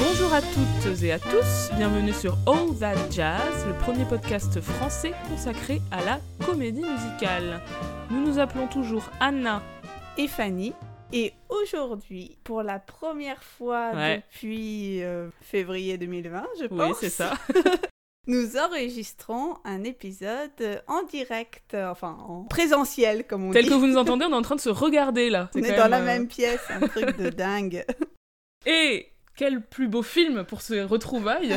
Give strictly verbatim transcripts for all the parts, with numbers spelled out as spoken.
Bonjour à toutes et à tous, bienvenue sur All That Jazz, le premier podcast français consacré à la comédie musicale. Nous nous appelons toujours Anna et Fanny, et aujourd'hui, pour la première fois ouais. depuis euh, février deux mille vingt, je pense, oui, c'est ça. nous enregistrons un épisode en direct, enfin en présentiel comme on Tel dit. Tel que vous nous entendez, on est en train de se regarder là. C'est on est dans même, la euh... même pièce, un truc de dingue. Et quel plus beau film pour ce retrouvailles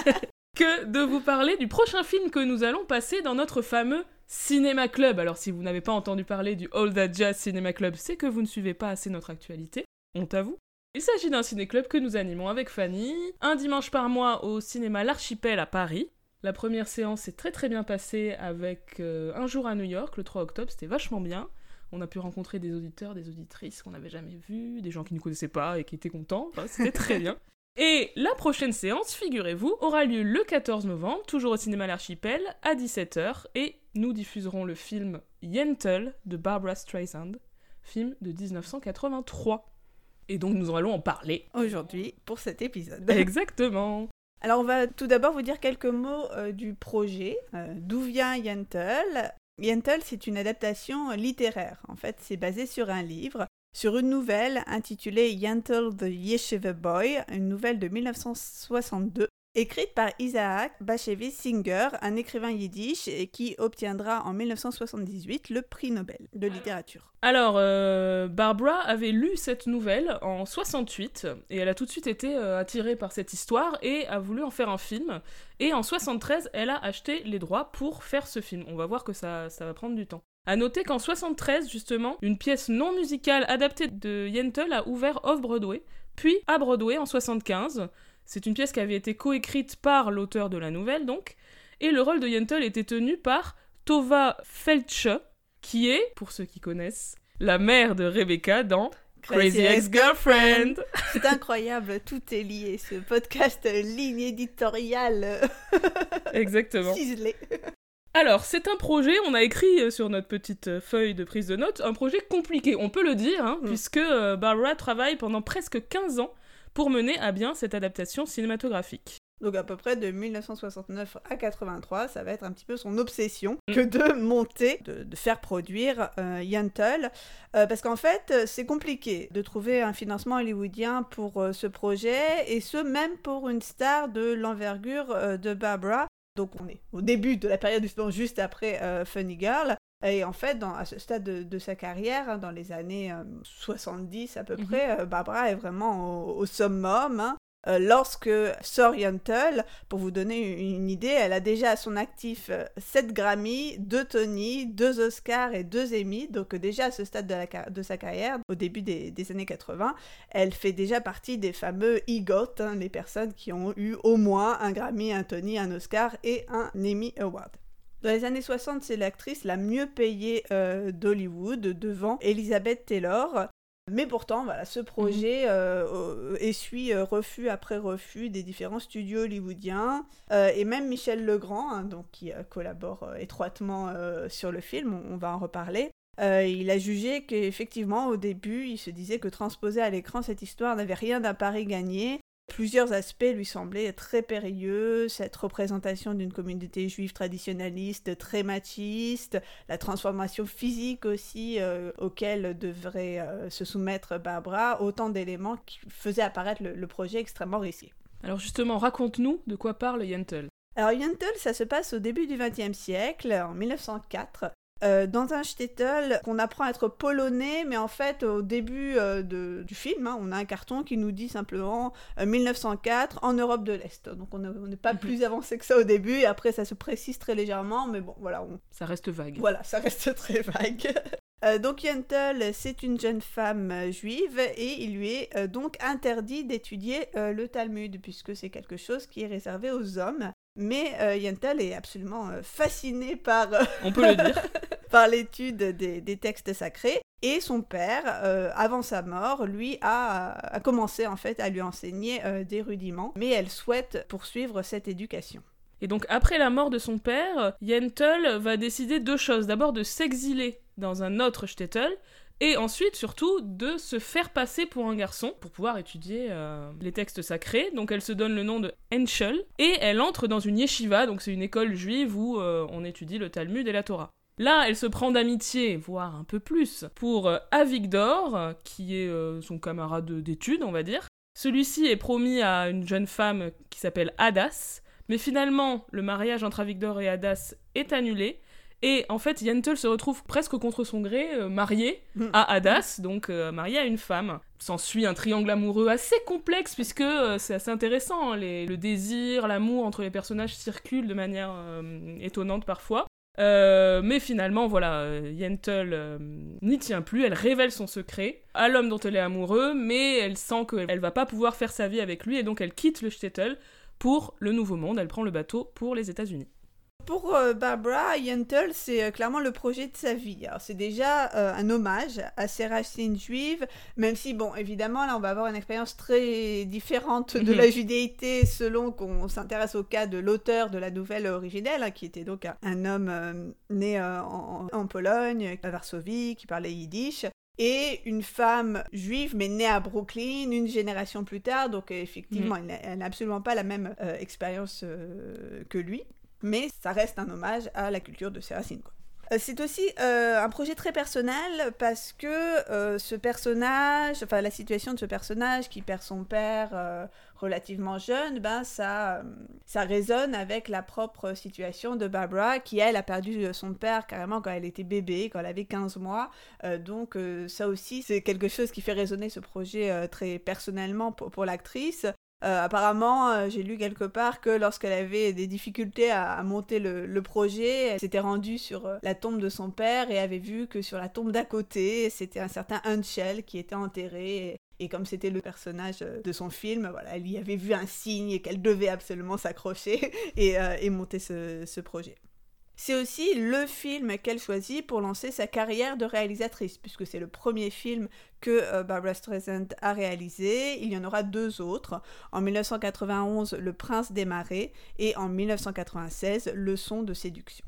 que de vous parler du prochain film que nous allons passer dans notre fameux Cinéma Club. Alors si vous n'avez pas entendu parler du All That Jazz Cinéma Club, c'est que vous ne suivez pas assez notre actualité, honte à vous. Il s'agit d'un ciné-club que nous animons avec Fanny, un dimanche par mois au cinéma L'Archipel à Paris. La première séance s'est très très bien passée avec euh, Un jour à New York, le trois octobre, c'était vachement bien. On a pu rencontrer des auditeurs, des auditrices qu'on n'avait jamais vus, des gens qui ne nous connaissaient pas et qui étaient contents, enfin, c'était très bien. Et la prochaine séance, figurez-vous, aura lieu le quatorze novembre, toujours au cinéma L'Archipel, à dix-sept heures, et nous diffuserons le film Yentl de Barbra Streisand, film de dix-neuf cent quatre-vingt-trois. Et donc nous allons en parler aujourd'hui pour cet épisode. Exactement. Alors on va tout d'abord vous dire quelques mots euh, du projet, euh, d'où vient Yentl. Yentl, c'est une adaptation littéraire. En fait, c'est basé sur un livre, sur une nouvelle intitulée Yentl the Yeshiva Boy, une nouvelle de dix-neuf cent soixante-deux, écrite par Isaac Bashevis Singer, un écrivain yiddish et qui obtiendra en dix-neuf cent soixante-dix-huit le prix Nobel de littérature. Alors, euh, Barbara avait lu cette nouvelle en soixante-huit et elle a tout de suite été euh, attirée par cette histoire et a voulu en faire un film. Et en soixante-treize, elle a acheté les droits pour faire ce film. On va voir que ça, ça va prendre du temps. À noter qu'en soixante-treize, justement, une pièce non musicale adaptée de Yentl a ouvert off-Broadway, puis à Broadway en soixante-quinze. C'est une pièce qui avait été coécrite par l'auteur de la nouvelle, donc, et le rôle de Yentl était tenu par Tova Feldsche, qui est, pour ceux qui connaissent, la mère de Rebecca dans Crazy, Crazy Ex-Girlfriend. C'est incroyable, tout est lié, ce podcast ligne éditoriale. Exactement. Ciselé. Alors, c'est un projet, on a écrit sur notre petite feuille de prise de notes, un projet compliqué, on peut le dire, hein, mm. puisque euh, Barbara travaille pendant presque quinze ans pour mener à bien cette adaptation cinématographique. Donc à peu près de dix-neuf cent soixante-neuf à quatre-vingt-trois, ça va être un petit peu son obsession mm. que de monter, de, de faire produire euh, Yentl, euh, parce qu'en fait c'est compliqué de trouver un financement hollywoodien pour euh, ce projet, et ce même pour une star de l'envergure euh, de Barbara. Donc on est au début de la période justement juste après euh, Funny Girl. Et en fait, dans, à ce stade de, de sa carrière, hein, dans les années euh, soixante-dix à peu mm-hmm. près, euh, Barbara est vraiment au, au summum. Hein. Euh, lorsque sort Yentl, pour vous donner une, une idée, elle a déjà à son actif euh, sept Grammy, deux Tony, deux Oscars et deux Emmy. Donc euh, déjà à ce stade de, la, de sa carrière, au début des, des années quatre-vingts, elle fait déjà partie des fameux EGOT, hein, les personnes qui ont eu au moins un Grammy, un Tony, un Oscar et un Emmy Award. Dans les années soixante, c'est l'actrice la mieux payée euh, d'Hollywood, devant Elizabeth Taylor. Mais pourtant, voilà, ce projet euh, essuie euh, refus après refus des différents studios hollywoodiens. Euh, et même Michel Legrand, hein, donc, qui euh, collabore euh, étroitement euh, sur le film, on, on va en reparler, euh, il a jugé qu'effectivement, au début, il se disait que transposer à l'écran cette histoire n'avait rien d'un pari gagné. Plusieurs aspects lui semblaient très périlleux, cette représentation d'une communauté juive traditionnaliste très machiste, la transformation physique aussi euh, auquel devrait euh, se soumettre Barbara, autant d'éléments qui faisaient apparaître le, le projet extrêmement risqué. Alors justement, raconte-nous de quoi parle Yentl. Alors Yentl, ça se passe au début du vingtième siècle, en dix-neuf cent quatre, Euh, dans un shtetl qu'on apprend à être polonais, mais en fait au début euh, de, du film, hein, on a un carton qui nous dit simplement euh, dix-neuf cent quatre en Europe de l'Est. Donc on n'est pas mm-hmm. plus avancé que ça au début, et après ça se précise très légèrement, mais bon voilà. On... Ça reste vague. Voilà, ça reste très vague. Euh, donc Yentl, c'est une jeune femme euh, juive, et il lui est euh, donc interdit d'étudier euh, le Talmud, puisque c'est quelque chose qui est réservé aux hommes. Mais euh, Yentl est absolument euh, fasciné par, euh, on peut le dire, par l'étude des, des textes sacrés. Et son père, euh, avant sa mort, lui a, a commencé en fait à lui enseigner euh, des rudiments. Mais elle souhaite poursuivre cette éducation. Et donc après la mort de son père, Yentl va décider deux choses. D'abord de s'exiler dans un autre shtetl, et ensuite, surtout, de se faire passer pour un garçon pour pouvoir étudier euh, les textes sacrés. Donc elle se donne le nom de Henschel, et elle entre dans une yeshiva, donc c'est une école juive où euh, on étudie le Talmud et la Torah. Là, elle se prend d'amitié, voire un peu plus, pour euh, Avigdor, euh, qui est euh, son camarade d'études, on va dire. Celui-ci est promis à une jeune femme qui s'appelle Hadas, mais finalement, le mariage entre Avigdor et Hadas est annulé, et en fait, Yentl se retrouve presque contre son gré, euh, marié à Hadas, donc euh, marié à une femme. S'ensuit un triangle amoureux assez complexe, puisque euh, c'est assez intéressant, hein, les, le désir, l'amour entre les personnages circulent de manière euh, étonnante parfois. Euh, mais finalement, voilà, euh, Yentl euh, n'y tient plus, elle révèle son secret à l'homme dont elle est amoureuse, mais elle sent qu'elle va pas pouvoir faire sa vie avec lui, et donc elle quitte le shtetl pour le Nouveau Monde, elle prend le bateau pour les États-Unis. Pour euh, Barbara, Yentl, c'est euh, clairement le projet de sa vie. Alors, c'est déjà euh, un hommage à ses racines juives, même si, bon, évidemment, là, on va avoir une expérience très différente de mm-hmm. la judéité selon qu'on s'intéresse au cas de l'auteur de la nouvelle originelle, hein, qui était donc un, un homme euh, né euh, en, en Pologne, à Varsovie, qui parlait yiddish, et une femme juive, mais née à Brooklyn, une génération plus tard, donc effectivement, mm-hmm. elle n'a absolument pas la même euh, expérience euh, que lui. Mais ça reste un hommage à la culture de ses racines, quoi. Euh, c'est aussi euh, un projet très personnel parce que euh, ce personnage, enfin la situation de ce personnage qui perd son père euh, relativement jeune, ben ça, euh, ça résonne avec la propre situation de Barbara qui, elle, a perdu son père carrément quand elle était bébé, quand elle avait quinze mois. Euh, donc euh, ça aussi, c'est quelque chose qui fait résonner ce projet euh, très personnellement pour, pour l'actrice. Euh, apparemment, euh, j'ai lu quelque part que lorsqu'elle avait des difficultés à, à monter le, le projet, elle s'était rendue sur euh, la tombe de son père et avait vu que sur la tombe d'à côté, c'était un certain Henschel qui était enterré. Et, et comme c'était le personnage de son film, voilà, elle y avait vu un signe et qu'elle devait absolument s'accrocher et, euh, et monter ce, ce projet. C'est aussi le film qu'elle choisit pour lancer sa carrière de réalisatrice, puisque c'est le premier film que euh, Barbra Streisand a réalisé. Il y en aura deux autres. En dix-neuf cent quatre-vingt-onze, Le Prince des Marais, et en dix-neuf cent quatre-vingt-seize, Leçon de séduction.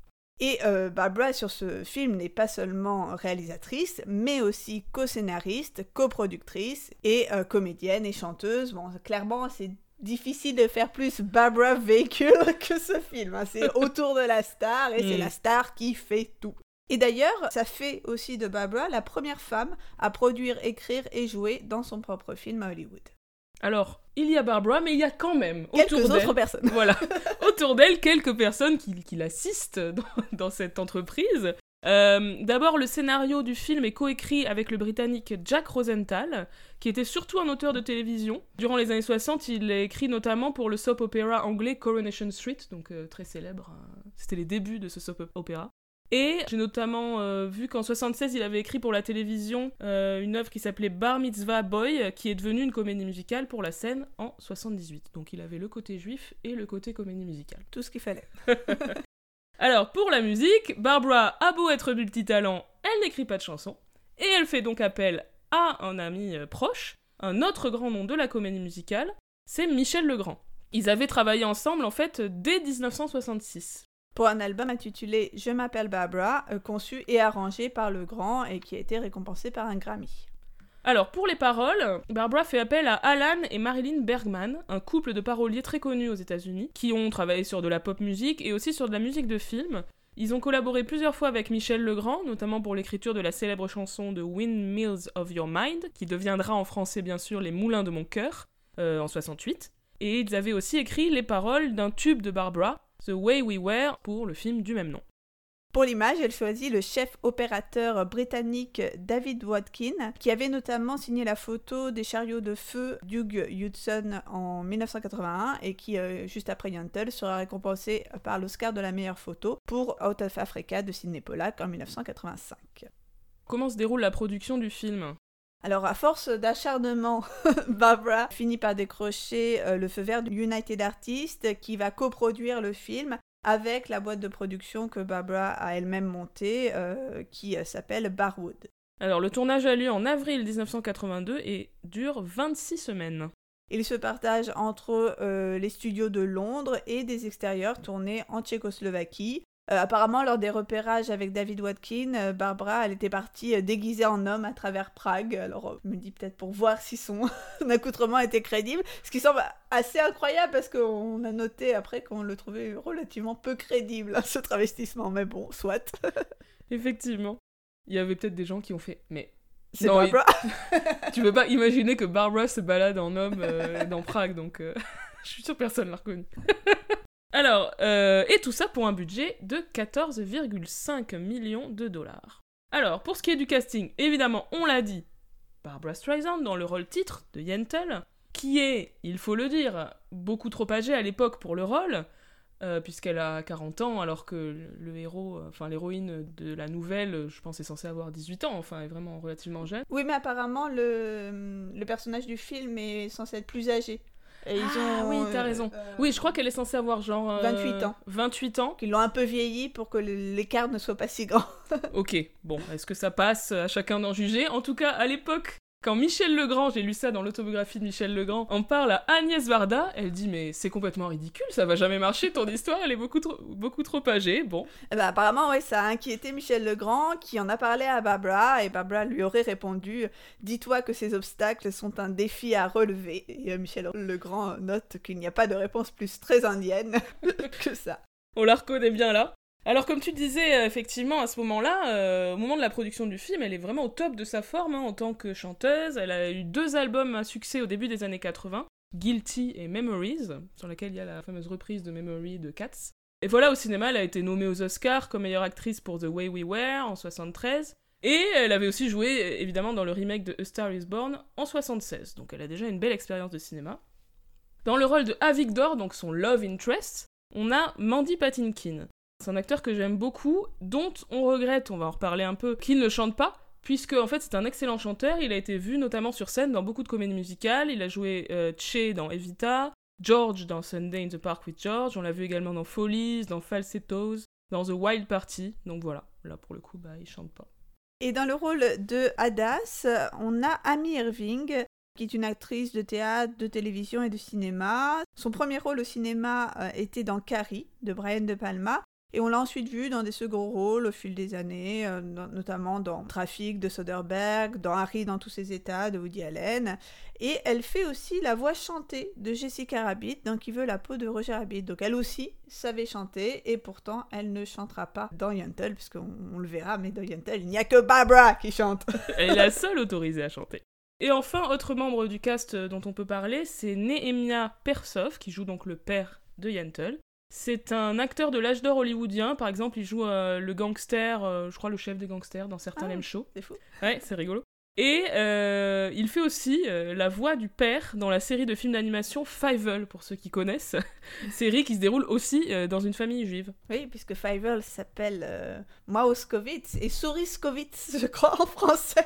Et euh, Barbra, sur ce film, n'est pas seulement réalisatrice, mais aussi co-scénariste, coproductrice, et euh, comédienne et chanteuse. Bon, clairement, c'est difficile de faire plus Barbra véhicule que ce film. Hein. C'est autour de la star et mmh. c'est la star qui fait tout. Et d'ailleurs, ça fait aussi de Barbra la première femme à produire, écrire et jouer dans son propre film à Hollywood. Alors, il y a Barbra, mais il y a quand même quelques autour autres d'elle, personnes. Voilà, autour d'elle, quelques personnes qui, qui l'assistent dans, dans cette entreprise. Euh, d'abord, le scénario du film est coécrit avec le Britannique Jack Rosenthal, qui était surtout un auteur de télévision. Durant les années soixante, il a écrit notamment pour le soap opéra anglais Coronation Street, donc euh, très célèbre. Euh, c'était les débuts de ce soap opéra. Et j'ai notamment euh, vu qu'en soixante-seize, il avait écrit pour la télévision euh, une œuvre qui s'appelait Bar Mitzvah Boy, qui est devenue une comédie musicale pour la scène en soixante-dix-huit. Donc il avait le côté juif et le côté comédie musicale. Tout ce qu'il fallait. Alors, pour la musique, Barbra a beau être multitalent, elle n'écrit pas de chansons, et elle fait donc appel à un ami euh, proche, un autre grand nom de la comédie musicale, c'est Michel Legrand. Ils avaient travaillé ensemble, en fait, dès dix-neuf cent soixante-six. Pour un album intitulé « Je m'appelle Barbra euh, », conçu et arrangé par Legrand et qui a été récompensé par un Grammy. Alors, pour les paroles, Barbra fait appel à Alan et Marilyn Bergman, un couple de paroliers très connus aux États-Unis, qui ont travaillé sur de la pop musique et aussi sur de la musique de film. Ils ont collaboré plusieurs fois avec Michel Legrand, notamment pour l'écriture de la célèbre chanson de Windmills of Your Mind, qui deviendra en français bien sûr Les Moulins de mon cœur, euh, en soixante-huit. Et ils avaient aussi écrit les paroles d'un tube de Barbra, The Way We Were, pour le film du même nom. Pour l'image, elle choisit le chef opérateur britannique David Watkin, qui avait notamment signé la photo des chariots de feu d'Hugh Hudson en dix-neuf cent quatre-vingt-un et qui, euh, juste après Yentl, sera récompensé par l'Oscar de la meilleure photo pour Out of Africa de Sidney Pollack en dix-neuf cent quatre-vingt-cinq. Comment se déroule la production du film ? Alors, à force d'acharnement, Barbra finit par décrocher euh, le feu vert du United Artists qui va coproduire le film avec la boîte de production que Barbra a elle-même montée, euh, qui euh, s'appelle Barwood. Alors, le tournage a lieu en avril dix-neuf cent quatre-vingt-deux et dure vingt-six semaines. Il se partage entre euh, les studios de Londres et des extérieurs tournés en Tchécoslovaquie. Euh, apparemment, lors des repérages avec David Watkin, euh, Barbara, elle était partie euh, déguisée en homme à travers Prague. Alors, euh, je me dis peut-être pour voir si son accoutrement était crédible, ce qui semble assez incroyable parce qu'on a noté après qu'on le trouvait relativement peu crédible, hein, ce travestissement. Mais bon, soit. Effectivement. Il y avait peut-être des gens qui ont fait... Mais... C'est non, Barbara. Il... Tu peux pas imaginer que Barbara se balade en homme euh, dans Prague, donc euh... je suis sûre que personne l'a reconnu. Alors, euh, et tout ça pour un budget de quatorze virgule cinq millions de dollars. Alors, pour ce qui est du casting, évidemment, on l'a dit, Barbra Streisand dans le rôle titre de Yentl, qui est, il faut le dire, beaucoup trop âgée à l'époque pour le rôle, euh, puisqu'elle a quarante ans, alors que le, le héros, enfin l'héroïne de la nouvelle, je pense, est censée avoir dix-huit ans, enfin, est vraiment relativement jeune. Oui, mais apparemment, le, le personnage du film est censé être plus âgé. Et ils ah ont, oui, t'as raison. Euh, oui, je crois qu'elle est censée avoir genre... Euh, vingt-huit ans. vingt-huit ans. Qu'ils l'ont un peu vieilli pour que l'écart ne soit pas si grand. Ok, bon, est-ce que ça passe? À chacun d'en juger. En tout cas, à l'époque, quand Michel Legrand, j'ai lu ça dans l'autobiographie de Michel Legrand, en parle à Agnès Varda, elle dit « Mais c'est complètement ridicule, ça va jamais marcher, ton histoire, elle est beaucoup trop, beaucoup trop âgée, bon. » Eh ben, apparemment, ouais, ça a inquiété Michel Legrand, qui en a parlé à Barbara, et Barbara lui aurait répondu « Dis-toi que ces obstacles sont un défi à relever. » Et euh, Michel Legrand note qu'il n'y a pas de réponse plus très indienne que ça. On la reconnaît bien là. Alors comme tu disais, effectivement, à ce moment-là, euh, au moment de la production du film, elle est vraiment au top de sa forme hein, en tant que chanteuse. Elle a eu deux albums à succès au début des années quatre-vingts, Guilty et Memories, sur laquelle il y a la fameuse reprise de Memory de Cats. Et voilà, au cinéma, elle a été nommée aux Oscars comme meilleure actrice pour The Way We Were en soixante-treize, et elle avait aussi joué, évidemment, dans le remake de A Star Is Born en soixante-seize, donc elle a déjà une belle expérience de cinéma. Dans le rôle de Avigdor, donc son love interest, on a Mandy Patinkin. C'est un acteur que j'aime beaucoup, dont on regrette, on va en reparler un peu, qu'il ne chante pas, puisque en fait c'est un excellent chanteur, il a été vu notamment sur scène dans beaucoup de comédies musicales, il a joué euh, Che dans Evita, George dans Sunday in the Park with George, on l'a vu également dans Follies, dans Falsettos, dans The Wild Party, donc voilà, là pour le coup, bah il chante pas. Et dans le rôle de Hadas, on a Amy Irving, qui est une actrice de théâtre, de télévision et de cinéma. Son premier rôle au cinéma euh, était dans Carrie, de Brian De Palma, et on l'a ensuite vue dans des seconds rôles au fil des années, euh, dans, notamment dans Trafic de Soderbergh, dans Harry dans tous ses états de Woody Allen, et elle fait aussi la voix chantée de Jessica Rabbit dans Qui veut la peau de Roger Rabbit. Donc elle aussi savait chanter, et pourtant elle ne chantera pas dans Yentl, puisqu'on on le verra, mais dans Yentl, il n'y a que Barbara qui chante. Elle est la seule autorisée à chanter. Et enfin, autre membre du cast dont on peut parler, c'est Nehemia Persoff, qui joue donc le père de Yentl. C'est un acteur de l'âge d'or hollywoodien, par exemple, il joue euh, le gangster, euh, je crois le chef des gangsters dans certains ah, M shows. C'est fou. Ouais, c'est rigolo. Et euh, il fait aussi euh, la voix du père dans la série de films d'animation Fievel, pour ceux qui connaissent. Série qui se déroule aussi euh, dans une famille juive. Oui, puisque Fievel s'appelle euh, Mauskowitz et Souriskowitz, je crois, en français.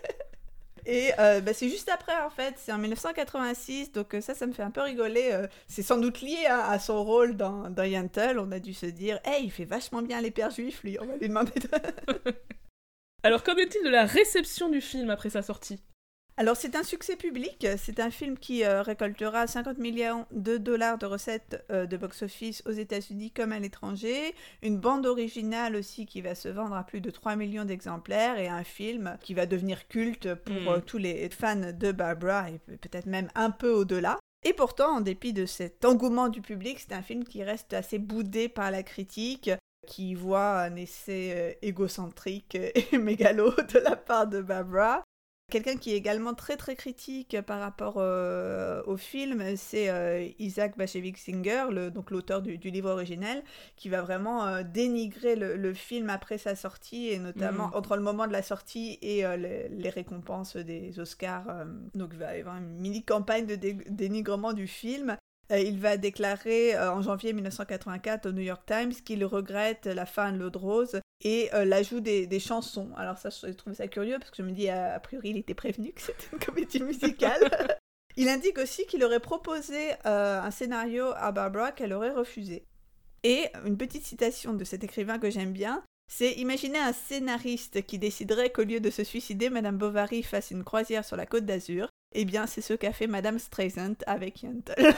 Et euh, bah, c'est juste après, en fait, c'est en dix-neuf cent quatre-vingt-six, donc ça, ça me fait un peu rigoler. Euh, c'est sans doute lié hein, à son rôle dans, dans Yentl. On a dû se dire, hey, il fait vachement bien les pères juifs, lui, on va lui demander de... Alors, qu'en est-il de la réception du film après sa sortie ? Alors, c'est un succès public. C'est un film qui euh, récoltera cinquante millions de dollars de recettes euh, de box-office aux États-Unis comme à l'étranger. Une bande originale aussi qui va se vendre à plus de trois millions d'exemplaires et un film qui va devenir culte pour mmh. euh, tous les fans de Barbara et peut-être même un peu au-delà. Et pourtant, en dépit de cet engouement du public, c'est un film qui reste assez boudé par la critique, qui voit un essai euh, égocentrique et mégalo de la part de Barbara. Quelqu'un qui est également très très critique par rapport euh, au film, c'est euh, Isaac Bashevis Singer, le, donc l'auteur du, du livre originel, qui va vraiment euh, dénigrer le, le film après sa sortie, et notamment mmh. entre le moment de la sortie et euh, les, les récompenses des Oscars. Euh, donc il va y avoir une mini-campagne de dé- dénigrement du film. Euh, il va déclarer euh, en janvier dix-neuf cent quatre-vingt-quatre au New York Times qu'il regrette la fin de l'eau de rose et euh, l'ajout des, des chansons. Alors ça, je trouve ça curieux parce que je me dis, a, a priori, il était prévenu que c'était une comédie musicale. Il indique aussi qu'il aurait proposé euh, un scénario à Barbara qu'elle aurait refusé. Et une petite citation de cet écrivain que j'aime bien, c'est « Imaginez un scénariste qui déciderait qu'au lieu de se suicider, Madame Bovary fasse une croisière sur la Côte d'Azur. Eh bien, c'est ce qu'a fait Madame Streisand avec Yentl. »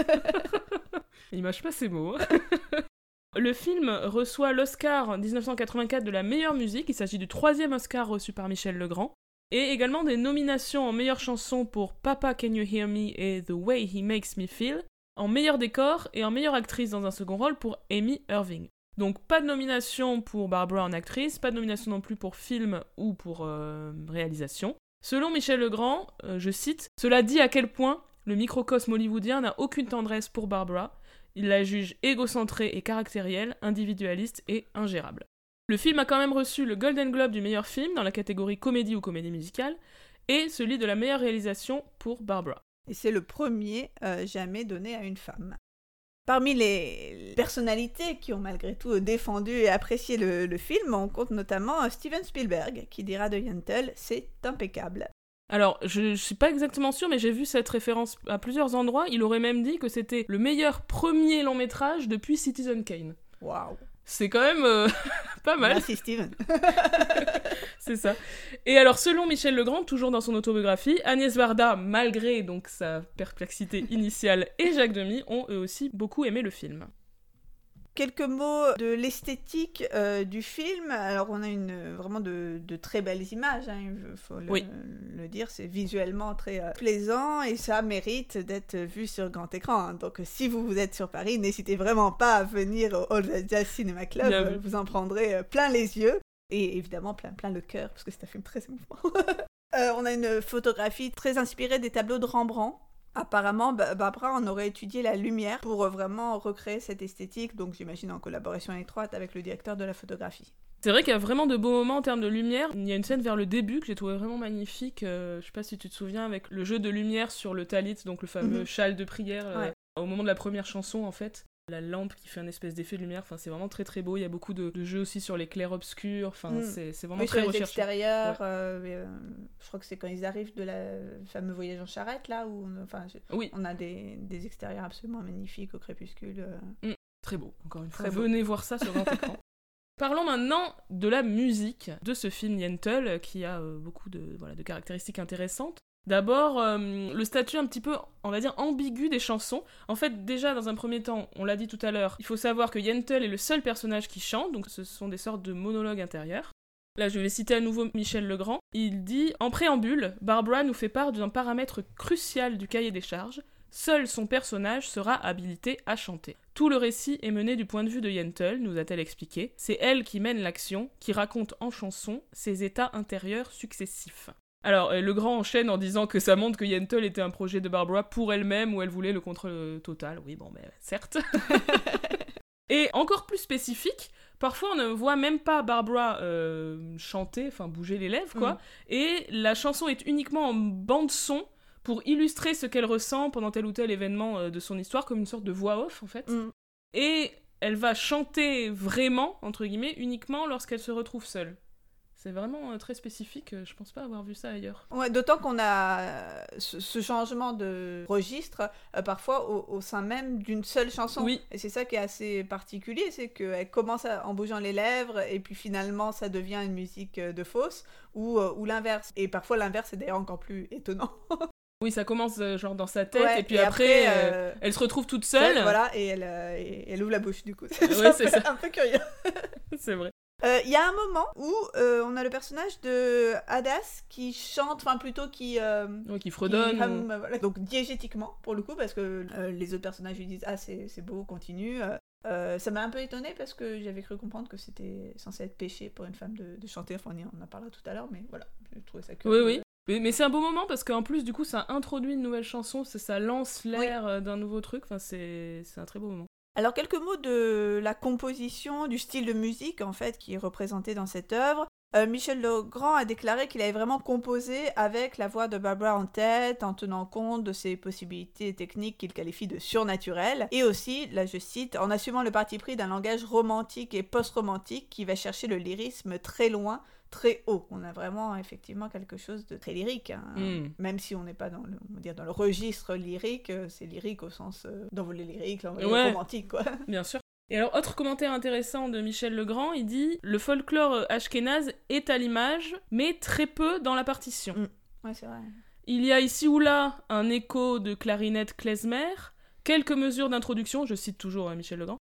Il mâche pas ses mots. Le film reçoit l'Oscar en dix-neuf cent quatre-vingt-quatre de la meilleure musique, il s'agit du troisième Oscar reçu par Michel Legrand, et également des nominations en meilleure chanson pour Papa Can You Hear Me et The Way He Makes Me Feel, en meilleur décor et en meilleure actrice dans un second rôle pour Amy Irving. Donc pas de nomination pour Barbara en actrice, pas de nomination non plus pour film ou pour euh, réalisation. Selon Michel Legrand, euh, je cite, « Cela dit à quel point le microcosme hollywoodien n'a aucune tendresse pour Barbara. Il la juge égocentrée et caractérielle, individualiste et ingérable. » Le film a quand même reçu le Golden Globe du meilleur film dans la catégorie comédie ou comédie musicale et celui de la meilleure réalisation pour Barbara. Et c'est le premier euh, jamais donné à une femme. Parmi les personnalités qui ont malgré tout défendu et apprécié le, le film, on compte notamment Steven Spielberg, qui dira de Yentl « c'est impeccable ». Alors, je, je suis pas exactement sûre, mais j'ai vu cette référence à plusieurs endroits. Il aurait même dit que c'était le meilleur premier long métrage depuis Citizen Kane. Waouh. C'est quand même euh, pas mal. Merci Steven. C'est ça. Et alors, selon Michel Legrand, toujours dans son autobiographie, Agnès Varda, malgré donc sa perplexité initiale, et Jacques Demy ont eux aussi beaucoup aimé le film. Quelques mots de l'esthétique euh, du film. Alors, on a une, vraiment de, de très belles images, hein, il faut le, oui. le dire. C'est visuellement très euh, plaisant et ça mérite d'être vu sur grand écran. Hein. Donc, si vous, vous êtes sur Paris, n'hésitez vraiment pas à venir au All Jazz Cinema Club. Bien vous en prendrez euh, plein les yeux et évidemment plein, plein le cœur parce que c'est un film très émouvant. euh, on a une photographie très inspirée des tableaux de Rembrandt. Apparemment, Barbara en aurait étudié la lumière pour vraiment recréer cette esthétique, donc j'imagine en collaboration étroite avec le directeur de la photographie. C'est vrai qu'il y a vraiment de beaux moments en termes de lumière. Il y a une scène vers le début que j'ai trouvé vraiment magnifique. Euh, je sais pas si tu te souviens, avec le jeu de lumière sur le talit, donc le fameux mm-hmm. châle de prière, euh, ouais. Au moment de la première chanson en fait. La lampe qui fait un espèce d'effet de lumière, enfin, c'est vraiment très très beau. Il y a beaucoup de, de jeux aussi sur les clairs-obscurs, enfin, mm. c'est, c'est vraiment oui, très sur recherché. L'extérieur, ouais. euh, euh, je crois que c'est quand ils arrivent de la fameux voyage en charrette, là, où on, enfin, je, oui. on a des, des extérieurs absolument magnifiques au crépuscule. Euh... Mm. Très beau, encore une fois. Très Venez beau. Voir ça sur grand écran. Parlons maintenant de la musique de ce film Yentl, qui a euh, beaucoup de, voilà, de caractéristiques intéressantes. D'abord, euh, le statut un petit peu, on va dire, ambigu des chansons. En fait, déjà, dans un premier temps, on l'a dit tout à l'heure, il faut savoir que Yentl est le seul personnage qui chante, donc ce sont des sortes de monologues intérieurs. Là, je vais citer à nouveau Michel Legrand. Il dit « En préambule, Barbara nous fait part d'un paramètre crucial du cahier des charges. Seul son personnage sera habilité à chanter. Tout le récit est mené du point de vue de Yentl, nous a-t-elle expliqué. C'est elle qui mène l'action, qui raconte en chanson ses états intérieurs successifs. » Alors, Legrand enchaîne en disant que ça montre que Yentl était un projet de Barbara pour elle-même, où elle voulait le contrôle total. Oui, bon, mais certes. Et encore plus spécifique, parfois on ne voit même pas Barbara euh, chanter, enfin bouger les lèvres, quoi. Mm. Et la chanson est uniquement en bande-son pour illustrer ce qu'elle ressent pendant tel ou tel événement euh, de son histoire, comme une sorte de voix off, en fait. Mm. Et elle va chanter vraiment, entre guillemets, uniquement lorsqu'elle se retrouve seule. C'est vraiment euh, très spécifique, je pense pas avoir vu ça ailleurs. Ouais, d'autant qu'on a euh, ce, ce changement de registre, euh, parfois au, au sein même d'une seule chanson. Oui. Et c'est ça qui est assez particulier, c'est qu'elle commence à, en bougeant les lèvres, et puis finalement ça devient une musique de fausse, ou, euh, ou l'inverse. Et parfois l'inverse est d'ailleurs encore plus étonnant. Oui, ça commence euh, genre dans sa tête, ouais, et puis et après, après euh, euh, elle se retrouve toute seule. seule voilà, et elle, euh, et elle ouvre la bouche du coup. C'est, ouais, c'est un, ça. un peu curieux. C'est vrai. Il euh, y a un moment où euh, on a le personnage de Hadas qui chante, enfin plutôt qui... Euh, ouais, qui fredonne. Qui hum, ou... voilà, donc diégétiquement, pour le coup, parce que euh, les autres personnages lui disent « Ah, c'est, c'est beau, continue euh, ». Ça m'a un peu étonnée parce que j'avais cru comprendre que c'était censé être péché pour une femme de, de chanter. Enfin, on en parlera tout à l'heure, mais voilà, j'ai trouvé ça curieux. Oui, oui. Mais, mais c'est un beau moment parce qu'en plus, du coup, ça introduit une nouvelle chanson, ça, ça lance l'air oui. d'un nouveau truc. Enfin, c'est, c'est un très beau moment. Alors, quelques mots de la composition, du style de musique, en fait, qui est représenté dans cette œuvre. Euh, Michel Legrand a déclaré qu'il avait vraiment composé avec la voix de Barbara en tête, en tenant compte de ses possibilités techniques qu'il qualifie de surnaturelles, et aussi, là je cite, en assumant le parti pris d'un langage romantique et post-romantique qui va chercher le lyrisme très loin, très haut. On a vraiment effectivement quelque chose de très lyrique, hein. mm. Même si on n'est pas dans le, on va dire, dans le registre lyrique, c'est lyrique au sens euh, d'envolée lyrique, l'envolée ouais. romantique, quoi. Bien sûr. Et alors, autre commentaire intéressant de Michel Legrand, il dit « Le folklore ashkénaze est à l'image, mais très peu dans la partition. Mm. » Ouais, c'est vrai. Il y a ici ou là un écho de clarinette klezmer, quelques mesures d'introduction, je cite toujours hein, Michel Legrand,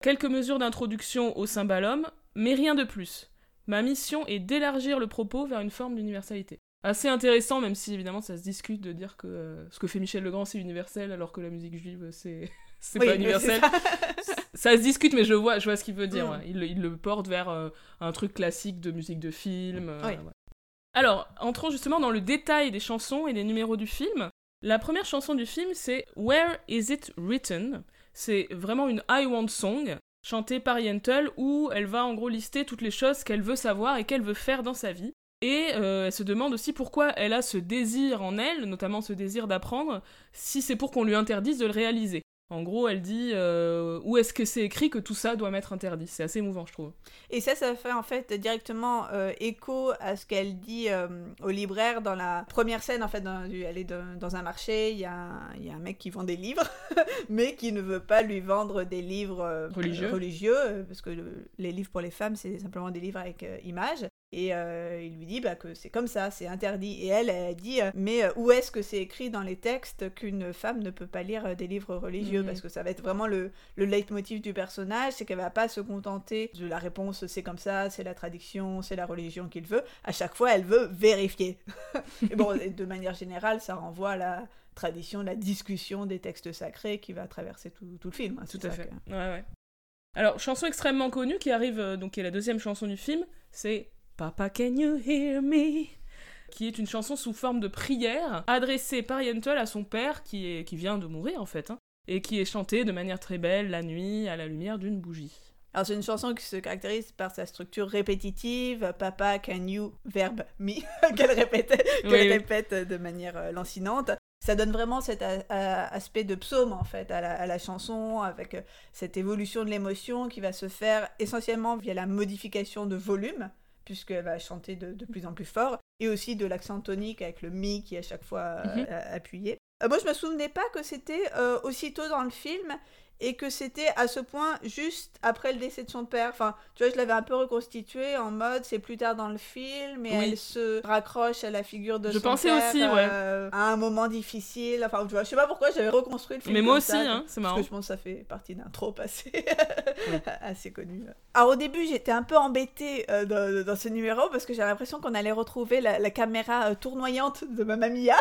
Quelques mesures d'introduction au cymbalum, mais rien de plus. Ma mission est d'élargir le propos vers une forme d'universalité. Assez intéressant, même si évidemment ça se discute de dire que euh, ce que fait Michel Legrand c'est universel, alors que la musique juive c'est, c'est oui, pas universel. C'est ça. Ça se discute, mais je vois, je vois ce qu'il veut dire. Mm. Ouais. Il, il le porte vers euh, un truc classique de musique de film. Euh, Oui. ouais. Alors, entrons justement dans le détail des chansons et des numéros du film. La première chanson du film, c'est Where Is It Written ? C'est vraiment une I Want Song, chantée par Yentl, où elle va en gros lister toutes les choses qu'elle veut savoir et qu'elle veut faire dans sa vie. Et euh, elle se demande aussi pourquoi elle a ce désir en elle, notamment ce désir d'apprendre, si c'est pour qu'on lui interdise de le réaliser. En gros, elle dit euh, où est-ce que c'est écrit que tout ça doit m'être interdit. C'est assez émouvant, je trouve. Et ça, ça fait en fait directement euh, écho à ce qu'elle dit euh, au libraire dans la première scène. En fait, dans, elle est dans, dans un marché, il y, a un, il y a un mec qui vend des livres, mais qui ne veut pas lui vendre des livres euh, religieux, religieux euh, parce que le, les livres pour les femmes, c'est simplement des livres avec euh, images. Et euh, il lui dit bah, que c'est comme ça, c'est interdit. Et elle, elle dit euh, mais où est-ce que c'est écrit dans les textes qu'une femme ne peut pas lire des livres religieux ? Mmh. Parce que ça va être vraiment le, le leitmotiv du personnage, c'est qu'elle va pas se contenter de la réponse c'est comme ça, c'est la tradition, c'est la religion qu'il veut. À chaque fois, elle veut vérifier. Et bon, de manière générale, ça renvoie à la tradition, la discussion des textes sacrés qui va traverser tout, tout le film. Hein, tout à fait. Que... Ouais, ouais. Alors, chanson extrêmement connue qui arrive, euh, donc qui est la deuxième chanson du film, c'est Papa, can you hear me? Qui est une chanson sous forme de prière adressée par Yentl à son père qui, est, qui vient de mourir en fait, hein, et qui est chantée de manière très belle la nuit à la lumière d'une bougie. Alors c'est une chanson qui se caractérise par sa structure répétitive, Papa, can you, verbe me, qu'elle répète, qu'elle oui, répète oui. de manière euh, lancinante. Ça donne vraiment cet a- a- aspect de psaume en fait à la, à la chanson, avec euh, cette évolution de l'émotion qui va se faire essentiellement via la modification de volume, puisqu'elle va chanter de, de plus en plus fort, et aussi de l'accent tonique avec le mi qui est à chaque fois euh, mm-hmm. euh, appuyé. Euh, moi je me souvenais pas que c'était euh, aussitôt dans le film, et que c'était à ce point juste après le décès de son père. Enfin, tu vois, je l'avais un peu reconstitué en mode c'est plus tard dans le film, et oui. Elle se raccroche à la figure de je son pensais père aussi, ouais. euh, à un moment difficile. Enfin, tu vois, je sais pas pourquoi j'avais reconstruit le film. Mais moi comme aussi, ça, hein, comme, c'est marrant. Parce que je pense que ça fait partie d'un trope assez, oui. assez connu. Alors au début, j'étais un peu embêtée euh, dans, dans ce numéro parce que j'avais l'impression qu'on allait retrouver la, la caméra euh, tournoyante de Mamma Mia.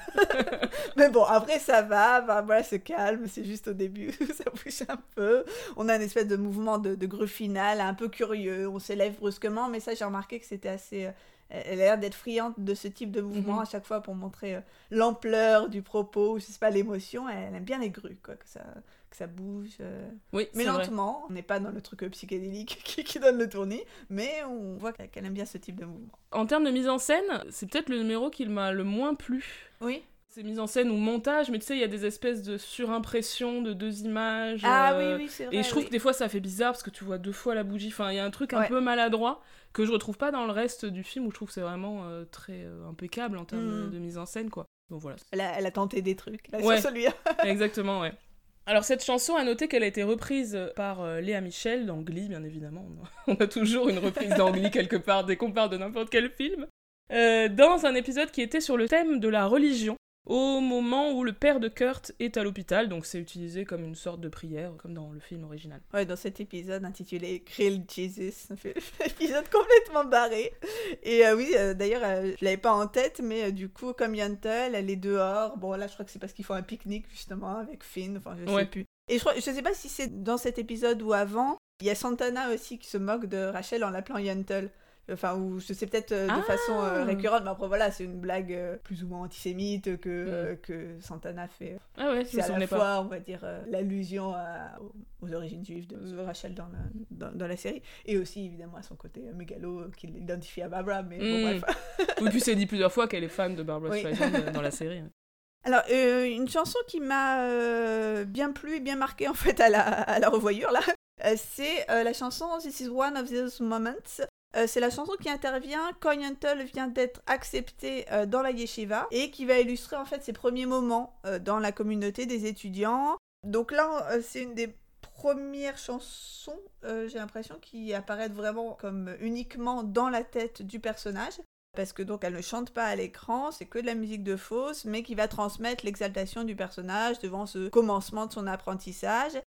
Mais bon, après ça va, bah, voilà, c'est calme, c'est juste au début, ça bouge un peu. On a une espèce de mouvement de, de grue finale, un peu curieux, on s'élève brusquement, mais ça j'ai remarqué que c'était assez... Euh, elle a l'air d'être friande de ce type de mouvement mm-hmm. à chaque fois pour montrer euh, l'ampleur du propos, je sais pas, l'émotion, elle, elle aime bien les grues, quoi, que ça... que ça bouge, euh... oui, mais lentement, vrai. On n'est pas dans le truc psychédélique qui, qui donne le tournis, mais on voit qu'elle aime bien ce type de mouvement. En termes de mise en scène, c'est peut-être le numéro qui m'a le moins plu. Oui. C'est mise en scène ou montage, mais tu sais, il y a des espèces de surimpression de deux images. Ah euh... oui, oui, c'est vrai. Et je trouve oui. que des fois ça fait bizarre parce que tu vois deux fois la bougie. Enfin, il y a un truc un ouais. peu maladroit que je retrouve pas dans le reste du film où je trouve que c'est vraiment euh, très euh, impeccable en termes mm. de, de mise en scène, quoi. Donc voilà. Elle a, elle a tenté des trucs, là, ouais. sur celui-là. Exactement, ouais. Alors cette chanson, à noter qu'elle a été reprise par euh, Léa Michel dans Glee, bien évidemment. On a toujours une reprise dans Glee quelque part dès qu'on parle de n'importe quel film. Euh, dans un épisode qui était sur le thème de la religion, au moment où le père de Kurt est à l'hôpital, donc c'est utilisé comme une sorte de prière, comme dans le film original. Ouais, dans cet épisode intitulé Grilled Jesus, ça fait un épisode complètement barré. Et euh, oui, euh, d'ailleurs, euh, je l'avais pas en tête, mais euh, du coup, comme Yentl, elle est dehors. Bon, là, je crois que c'est parce qu'ils font un pique-nique, justement, avec Finn, enfin, je ouais. sais plus. Et je, crois, je sais pas si c'est dans cet épisode ou avant, il y a Santana aussi qui se moque de Rachel en l'appelant Yentl. Enfin, ou je sais peut-être euh, de ah façon euh, récurrente, mais après voilà, c'est une blague euh, plus ou moins antisémite que, mm. euh, que Santana fait. Ah ouais, c'est à la fois, pas. on va dire, euh, l'allusion à, aux, aux origines juives de Rachel dans la, dans, dans la série, et aussi évidemment à son côté euh, mégalo euh, qu'il identifie à Barbara, mais mm. bon bref. Oui, puis c'est dit plusieurs fois qu'elle est fan de Barbara oui. Streisand dans la série. Alors, euh, une chanson qui m'a euh, bien plu et bien marquée en fait à la, à la revoyure là, euh, c'est euh, la chanson This is one of those moments. Euh, c'est la chanson qui intervient quand Yentl vient d'être accepté euh, dans la yeshiva et qui va illustrer en fait ses premiers moments euh, dans la communauté des étudiants. Donc là, euh, c'est une des premières chansons, euh, j'ai l'impression, qui apparaissent vraiment comme uniquement dans la tête du personnage. Parce que donc elle ne chante pas à l'écran, c'est que de la musique de fosse, mais qui va transmettre l'exaltation du personnage devant ce commencement de son apprentissage.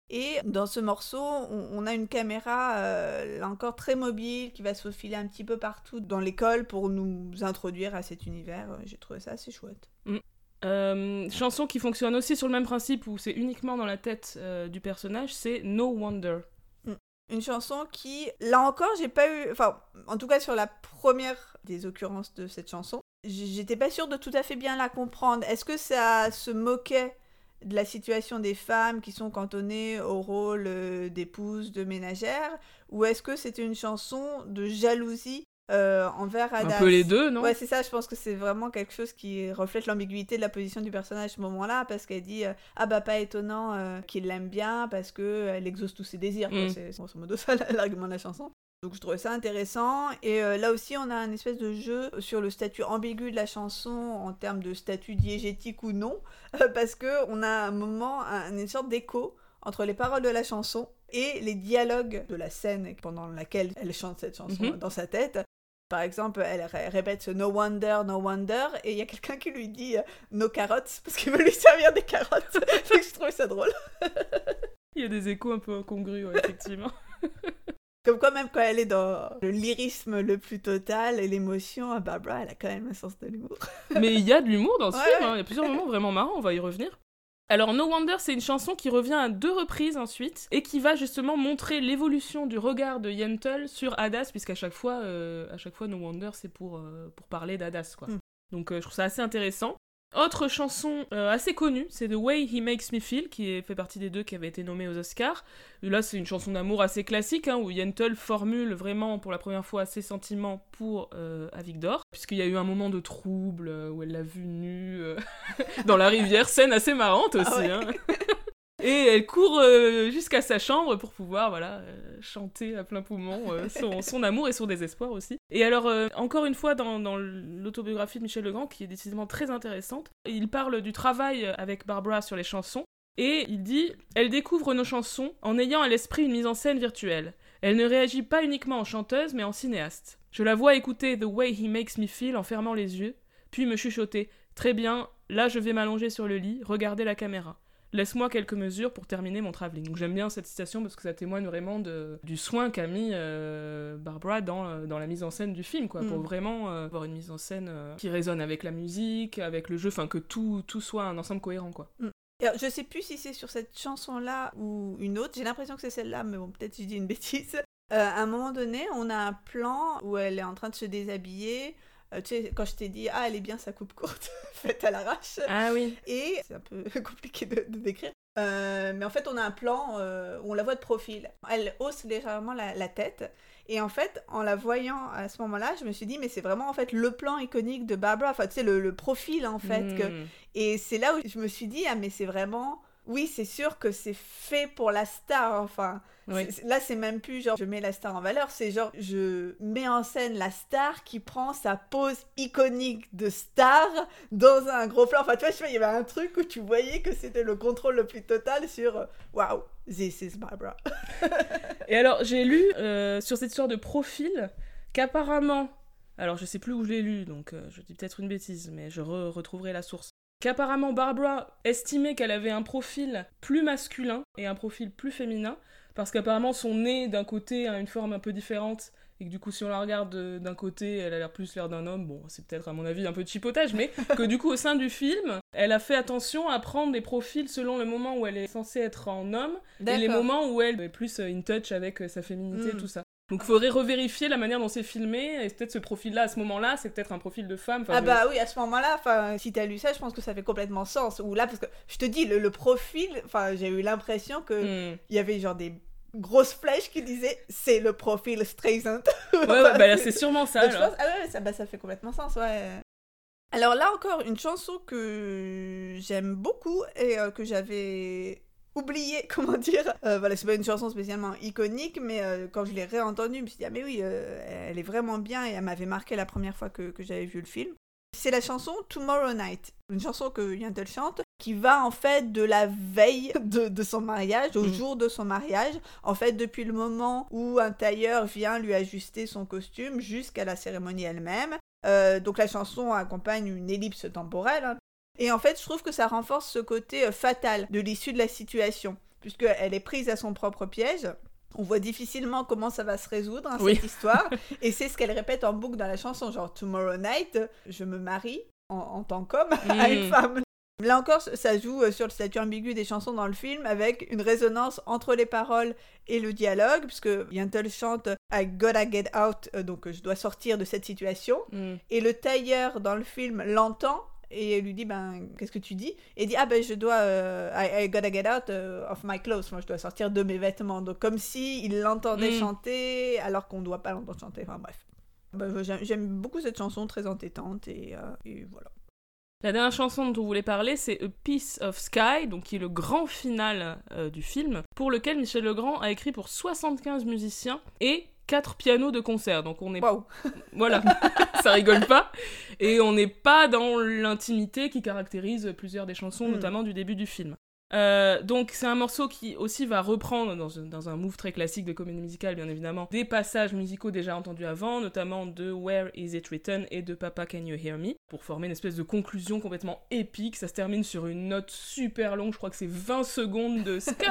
Et dans ce morceau, on, on a une caméra, euh, là encore très mobile, qui va se faufiler un petit peu partout dans l'école pour nous introduire à cet univers. J'ai trouvé ça assez chouette. Mm. Euh, chanson qui fonctionne aussi sur le même principe, où c'est uniquement dans la tête euh, du personnage, c'est No Wonder. Mm. Une chanson qui, là encore, j'ai pas eu... Enfin, en tout cas sur la première des occurrences de cette chanson, j'étais pas sûre de tout à fait bien la comprendre. Est-ce que ça se moquait de la situation des femmes qui sont cantonnées au rôle euh, d'épouse, de ménagère, ou est-ce que c'était une chanson de jalousie euh, envers Hadas? Un peu les deux, non? Ouais, c'est ça, je pense que c'est vraiment quelque chose qui reflète l'ambiguïté de la position du personnage à ce moment-là, parce qu'elle dit euh, « Ah bah pas étonnant euh, qu'il l'aime bien, parce qu'elle exauce tous ses désirs. Mm. » C'est grosso modo ça l'argument de la chanson. Donc je trouvais ça intéressant, et euh, là aussi on a un espèce de jeu sur le statut ambigu de la chanson en termes de statut diégétique ou non, euh, parce qu'on a un moment, un, une sorte d'écho entre les paroles de la chanson et les dialogues de la scène pendant laquelle elle chante cette chanson mm-hmm. dans sa tête. Par exemple, elle ré- répète ce « no wonder, no wonder », et il y a quelqu'un qui lui dit euh, « no carottes », parce qu'il veut lui servir des carottes. Donc je trouvais ça drôle. Il y a des échos un peu incongrus, ouais, effectivement. Comme quoi, même quand elle est dans le lyrisme le plus total et l'émotion, Barbara, elle a quand même un sens de l'humour. Mais il y a de l'humour dans ce ouais, film, ouais. Hein. Il y a plusieurs moments vraiment marrants, on va y revenir. Alors, No Wonder, c'est une chanson qui revient à deux reprises ensuite, et qui va justement montrer l'évolution du regard de Yentl sur Hadas, puisqu'à chaque fois, euh, à chaque fois No Wonder, c'est pour, euh, pour parler d'Hadas, quoi. Mm. Donc, euh, je trouve ça assez intéressant. Autre chanson euh, assez connue, c'est The Way He Makes Me Feel, qui est, fait partie des deux qui avaient été nommés aux Oscars. Et là, c'est une chanson d'amour assez classique, hein, où Yentl formule vraiment pour la première fois ses sentiments pour euh, Avigdor, puisqu'il y a eu un moment de trouble euh, où elle l'a vu nue euh, dans la rivière, scène assez marrante aussi. Ah ouais. Hein. Et elle court euh, jusqu'à sa chambre pour pouvoir voilà, euh, chanter à plein poumon euh, son, son amour et son désespoir aussi. Et alors, euh, encore une fois, dans, dans l'autobiographie de Michel Legrand, qui est décidément très intéressante, il parle du travail avec Barbara sur les chansons, et il dit « Elle découvre nos chansons en ayant à l'esprit une mise en scène virtuelle. Elle ne réagit pas uniquement en chanteuse, mais en cinéaste. Je la vois écouter The Way He Makes Me Feel en fermant les yeux, puis me chuchoter « Très bien, là je vais m'allonger sur le lit, regarder la caméra. » Laisse-moi quelques mesures pour terminer mon travelling. Donc j'aime bien cette citation parce que ça témoigne vraiment de, du soin qu'a mis euh, Barbara dans, dans la mise en scène du film, quoi, mm. pour vraiment euh, avoir une mise en scène euh, qui résonne avec la musique, avec le jeu, enfin que tout, tout soit un ensemble cohérent, quoi. Mm. Alors, je sais plus si c'est sur cette chanson-là ou une autre, j'ai l'impression que c'est celle-là, mais bon, peut-être je dis une bêtise. Euh, à un moment donné, on a un plan où elle est en train de se déshabiller. Euh, tu sais, quand je t'ai dit, ah, elle est bien sa coupe courte, faite à l'arrache. Ah oui. Et c'est un peu compliqué de, de décrire. Euh, mais en fait, on a un plan euh, où on la voit de profil. Elle hausse légèrement la, la tête. Et en fait, en la voyant à ce moment-là, je me suis dit, mais c'est vraiment en fait le plan iconique de Barbara. Enfin, tu sais, le, le profil en fait. Mm. Que... Et c'est là où je me suis dit, ah, mais c'est vraiment... Oui, c'est sûr que c'est fait pour la star, enfin. Oui. C'est, là, c'est même plus genre je mets la star en valeur, c'est genre je mets en scène la star qui prend sa pose iconique de star dans un gros plan. Enfin, tu vois, je sais, il y avait un truc où tu voyais que c'était le contrôle le plus total sur waouh, this is Barbara. Et alors, j'ai lu euh, sur cette histoire de profil qu'apparemment, alors je sais plus où je l'ai lu, donc euh, je dis peut-être une bêtise, mais je re- retrouverai la source. Qu'apparemment Barbara estimait qu'elle avait un profil plus masculin et un profil plus féminin, parce qu'apparemment son nez d'un côté a une forme un peu différente, et que du coup si on la regarde d'un côté, elle a l'air plus l'air d'un homme, bon c'est peut-être à mon avis un peu de chipotage, mais que du coup au sein du film, elle a fait attention à prendre des profils selon le moment où elle est censée être en homme, D'accord. et les moments où elle est plus in touch avec sa féminité, mm. tout ça. Donc il faudrait revérifier la manière dont c'est filmé, et peut-être ce profil-là, à ce moment-là, c'est peut-être un profil de femme. Ah je... bah oui, à ce moment-là, si t'as lu ça, je pense que ça fait complètement sens. Ou là, parce que je te dis, le, le profil, j'ai eu l'impression qu'il mm. y avait genre des grosses flèches qui disaient « c'est le profil Streisand ». Ouais, ouais, bah là c'est sûrement ça. Alors. Pense, ah ouais, ça, bah, ça fait complètement sens, ouais. Alors là encore, une chanson que j'aime beaucoup et euh, que j'avais... oublié, comment dire, euh, voilà, c'est pas une chanson spécialement iconique, mais euh, quand je l'ai réentendue, je me suis dit, ah mais oui, euh, elle est vraiment bien, et elle m'avait marqué la première fois que, que j'avais vu le film. C'est la chanson Tomorrow Night, une chanson que Yentl chante, qui va en fait de la veille de, de son mariage, au mmh. jour de son mariage, en fait depuis le moment où un tailleur vient lui ajuster son costume jusqu'à la cérémonie elle-même. Euh, donc la chanson accompagne une ellipse temporelle, hein. Et en fait, je trouve que ça renforce ce côté euh, fatal de l'issue de la situation. puisqu'elle est prise à son propre piège. On voit difficilement comment ça va se résoudre, hein, oui. cette histoire. Et c'est ce qu'elle répète en boucle dans la chanson, genre « Tomorrow night, je me marie en, en tant qu'homme mmh. à une femme ». Là encore, ça joue sur le statut ambigu des chansons dans le film, avec une résonance entre les paroles et le dialogue, puisque Yentl chante « I gotta get out », donc je dois sortir de cette situation. Mmh. Et le tailleur dans le film l'entend, et lui dit ben qu'est-ce que tu dis, et il dit ah ben je dois euh, I, I gotta get out uh, of my clothes, moi je dois sortir de mes vêtements, donc comme si il l'entendait mm. chanter alors qu'on ne doit pas l'entendre chanter, enfin bref. Ben, j'aime, j'aime beaucoup cette chanson, très entêtante, et, euh, et voilà. La dernière chanson dont on voulait parler, c'est A Piece of Sky, donc qui est le grand final euh, du film, pour lequel Michel Legrand a écrit pour soixante-quinze musiciens et quatre pianos de concert, donc on est... Waouh. Voilà, ça rigole pas. Et on n'est pas dans l'intimité qui caractérise plusieurs des chansons, mm. notamment du début du film. Euh, donc c'est un morceau qui aussi va reprendre, dans, dans un move très classique de comédie musicale bien évidemment, des passages musicaux déjà entendus avant, notamment de Where Is It Written et de Papa Can You Hear Me, pour former une espèce de conclusion complètement épique. Ça se termine sur une note super longue, je crois que c'est vingt secondes de Sky.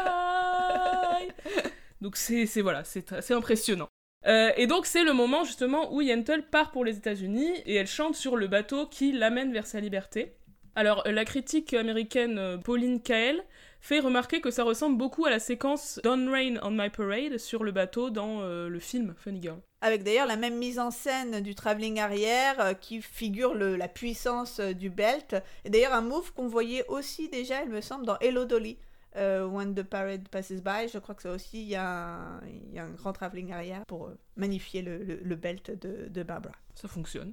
Donc c'est, c'est, voilà, c'est, c'est impressionnant. Euh, et donc c'est le moment justement où Yentl part pour les États-Unis et elle chante sur le bateau qui l'amène vers sa liberté. Alors la critique américaine Pauline Kael fait remarquer que ça ressemble beaucoup à la séquence Don't Rain on My Parade sur le bateau dans euh, le film Funny Girl. Avec d'ailleurs la même mise en scène du travelling arrière euh, qui figure le, la puissance euh, du belt. Et d'ailleurs un move qu'on voyait aussi déjà, il me semble, dans Hello Dolly. Uh, When the Parade Passes By, je crois que ça aussi, il y, y a un grand travelling arrière pour euh, magnifier le, le, le belt de, de Barbara. Ça fonctionne.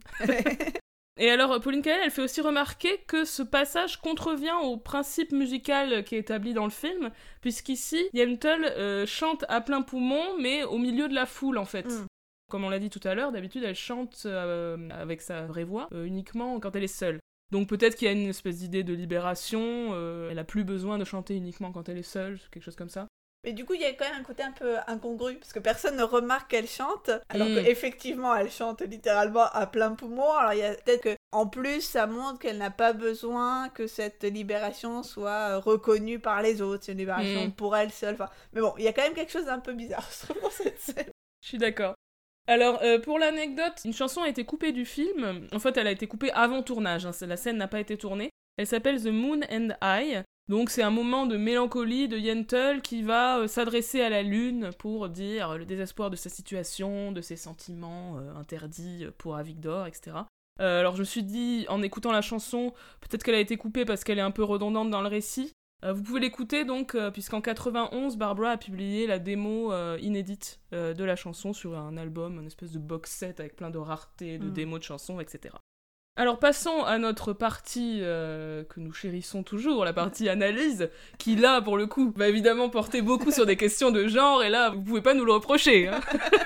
Et alors, Pauline Kael, elle fait aussi remarquer que ce passage contrevient au principe musical qui est établi dans le film, puisqu'ici, Yentl euh, chante à plein poumon, mais au milieu de la foule, en fait. Mm. Comme on l'a dit tout à l'heure, d'habitude, elle chante euh, avec sa vraie voix, euh, uniquement quand elle est seule. Donc peut-être qu'il y a une espèce d'idée de libération, euh, elle a plus besoin de chanter uniquement quand elle est seule, quelque chose comme ça. Mais du coup, il y a quand même un côté un peu incongru, parce que personne ne remarque qu'elle chante, alors mmh. qu'effectivement, elle chante littéralement à plein poumon. Alors il y a peut-être qu'en plus, ça montre qu'elle n'a pas besoin que cette libération soit reconnue par les autres, c'est une libération mmh. pour elle seule. Enfin, mais bon, il y a quand même quelque chose d'un peu bizarre, je trouve, dans cette scène. Je suis d'accord. Alors, euh, pour l'anecdote, une chanson a été coupée du film. En fait, elle a été coupée avant tournage, hein. La scène n'a pas été tournée. Elle s'appelle The Moon and I. Donc, c'est un moment de mélancolie de Yentl qui va euh, s'adresser à la lune pour dire le désespoir de sa situation, de ses sentiments euh, interdits pour Avigdor, et cetera. Euh, alors, je me suis dit, en écoutant la chanson, peut-être qu'elle a été coupée parce qu'elle est un peu redondante dans le récit. Euh, vous pouvez l'écouter donc, euh, puisqu'en quatre-vingt-onze, Barbara a publié la démo euh, inédite euh, de la chanson sur un album, une espèce de box set avec plein de raretés, de mmh. démos de chansons, et cetera. Alors passons à notre partie euh, que nous chérissons toujours, la partie analyse, qui là, pour le coup, va évidemment porter beaucoup sur des questions de genre, et là, vous pouvez pas nous le reprocher. Hein.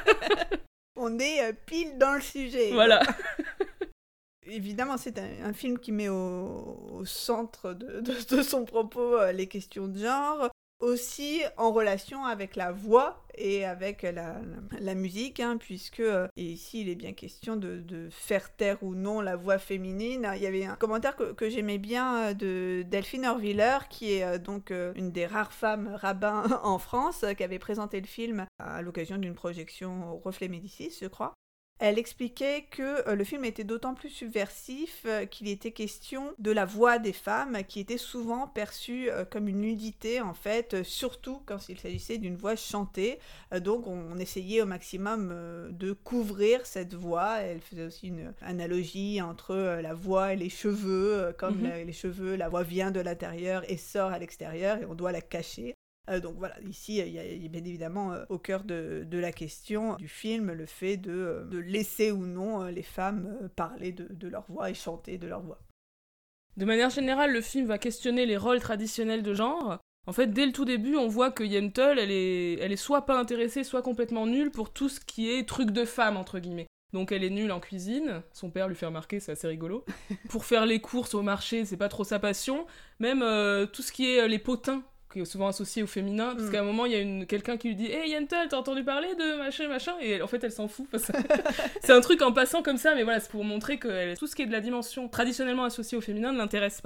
On est euh, pile dans le sujet. Voilà. Évidemment, c'est un, un film qui met au, au centre de, de, de son propos euh, les questions de genre, aussi en relation avec la voix et avec la, la, la musique, hein, puisque euh, et ici il est bien question de, de faire taire ou non la voix féminine. Il y avait un commentaire que, que j'aimais bien de Delphine Orviller, qui est euh, donc euh, une des rares femmes rabbins en France, euh, qui avait présenté le film à l'occasion d'une projection au Reflet Médicis, je crois. Elle expliquait que euh, le film était d'autant plus subversif euh, qu'il était question de la voix des femmes, qui était souvent perçue euh, comme une nudité, en fait, euh, surtout quand il s'agissait d'une voix chantée. Euh, donc on, on essayait au maximum euh, de couvrir cette voix. Elle faisait aussi une analogie entre euh, la voix et les cheveux, euh, comme mm-hmm. la, les cheveux, la voix vient de l'intérieur et sort à l'extérieur, et on doit la cacher. Euh, donc voilà, ici il y, y a bien évidemment euh, au cœur de, de la question du film le fait de, euh, de laisser ou non euh, les femmes euh, parler de, de leur voix et chanter de leur voix. De manière générale, le film va questionner les rôles traditionnels de genre. En fait, dès le tout début, on voit que Yentl, elle est, elle est soit pas intéressée, soit complètement nulle pour tout ce qui est truc de femme, entre guillemets. Donc elle est nulle en cuisine, son père lui fait remarquer, c'est assez rigolo. Pour faire les courses au marché, c'est pas trop sa passion. Même euh, tout ce qui est euh, les potins, qui est souvent associé au féminin, parce mm. qu'à un moment, il y a une, quelqu'un qui lui dit « Hey Yentl, t'as entendu parler de machin, machin ?» Et en fait, elle s'en fout. Parce que c'est un truc en passant comme ça, mais voilà, c'est pour montrer que elle, tout ce qui est de la dimension traditionnellement associée au féminin ne l'intéresse pas.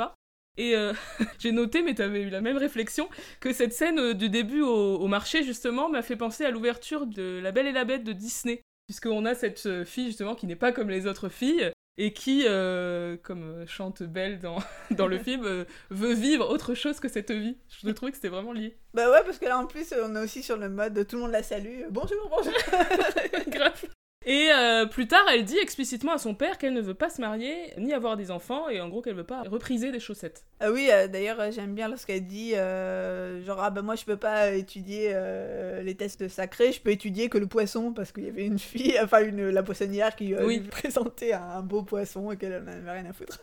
Et euh, j'ai noté, mais t'avais eu la même réflexion, que cette scène euh, du début au, au marché, justement, m'a fait penser à l'ouverture de La Belle et la Bête de Disney. Puisqu'on a cette euh, fille, justement, qui n'est pas comme les autres filles, et qui, euh, comme euh, chante Belle dans, dans le film, euh, veut vivre autre chose que cette vie. Je trouvais que c'était vraiment lié. Bah ouais, parce que là, en plus, on est aussi sur le mode de tout le monde la salue. Bonjour, bonjour. Grave. Et euh, plus tard, elle dit explicitement à son père qu'elle ne veut pas se marier, ni avoir des enfants, et en gros qu'elle veut pas repriser des chaussettes. Ah oui, euh, d'ailleurs, euh, j'aime bien lorsqu'elle dit, euh, genre, ah bah moi je peux pas étudier euh, les tests sacrés, je peux étudier que le poisson, parce qu'il y avait une fille, enfin une, la poissonnière qui euh, oui. lui présentait un, un beau poisson et qu'elle en avait rien à foutre.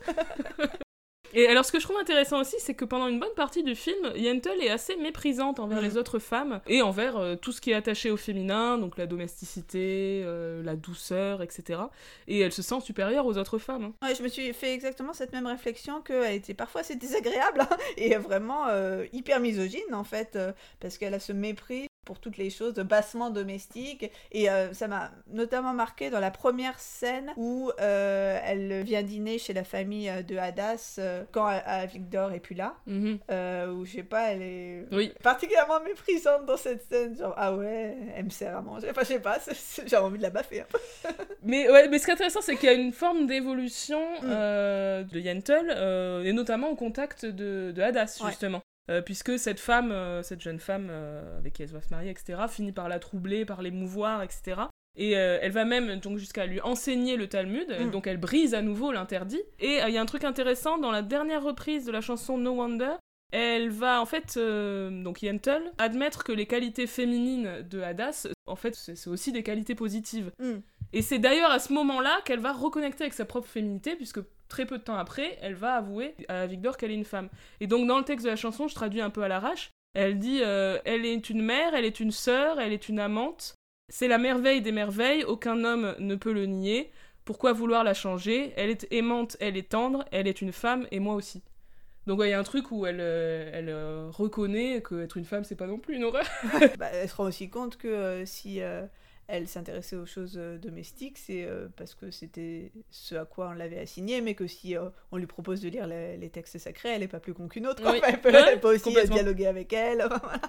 Et alors, ce que je trouve intéressant aussi, c'est que pendant une bonne partie du film, Yentl est assez méprisante envers mmh. les autres femmes et envers euh, tout ce qui est attaché au féminin, donc la domesticité, euh, la douceur, et cetera. Et elle se sent supérieure aux autres femmes. Hein. Ouais, je me suis fait exactement cette même réflexion qu'elle était parfois assez désagréable hein, et vraiment euh, hyper misogyne en fait, euh, parce qu'elle a ce mépris pour toutes les choses bassement domestiques et euh, ça m'a notamment marqué dans la première scène où euh, elle vient dîner chez la famille de Haddas euh, quand Avigdor est plus là mm-hmm. euh, où je sais pas elle est oui. particulièrement méprisante dans cette scène, genre ah ouais elle me sert à manger, enfin je sais pas c'est, c'est, j'ai envie de la baffer un peu. mais ouais mais ce qui est intéressant c'est qu'il y a une forme d'évolution mm. euh, de Yentl euh, et notamment au contact de, de Haddas justement. Ouais. Euh, puisque cette femme, euh, cette jeune femme euh, avec qui elle va se marier, et cetera, finit par la troubler, par l'émouvoir, et cetera. Et euh, elle va même donc jusqu'à lui enseigner le Talmud, mm. donc elle brise à nouveau l'interdit. Et il euh, y a un truc intéressant, dans la dernière reprise de la chanson No Wonder, elle va en fait, euh, donc Yentl, admettre que les qualités féminines de Haddas, en fait, c'est, c'est aussi des qualités positives. Mm. Et c'est d'ailleurs à ce moment-là qu'elle va reconnecter avec sa propre féminité, puisque très peu de temps après, elle va avouer à Avigdor qu'elle est une femme. Et donc dans le texte de la chanson, je traduis un peu à l'arrache, elle dit euh, « Elle est une mère, elle est une sœur, elle est une amante. C'est la merveille des merveilles, aucun homme ne peut le nier. Pourquoi vouloir la changer? Elle est aimante, elle est tendre, elle est une femme, et moi aussi. » Donc il ouais, y a un truc où elle, euh, elle euh, reconnaît qu'être une femme, c'est pas non plus une horreur. bah, elle se rend aussi compte que euh, si... Euh... elle s'intéressait aux choses euh, domestiques, c'est euh, parce que c'était ce à quoi on l'avait assigné, mais que si euh, on lui propose de lire les, les textes sacrés, elle n'est pas plus con qu'une autre. Oui. Enfin, elle peut, ouais, elle peut aussi dialoguer avec elle. Voilà.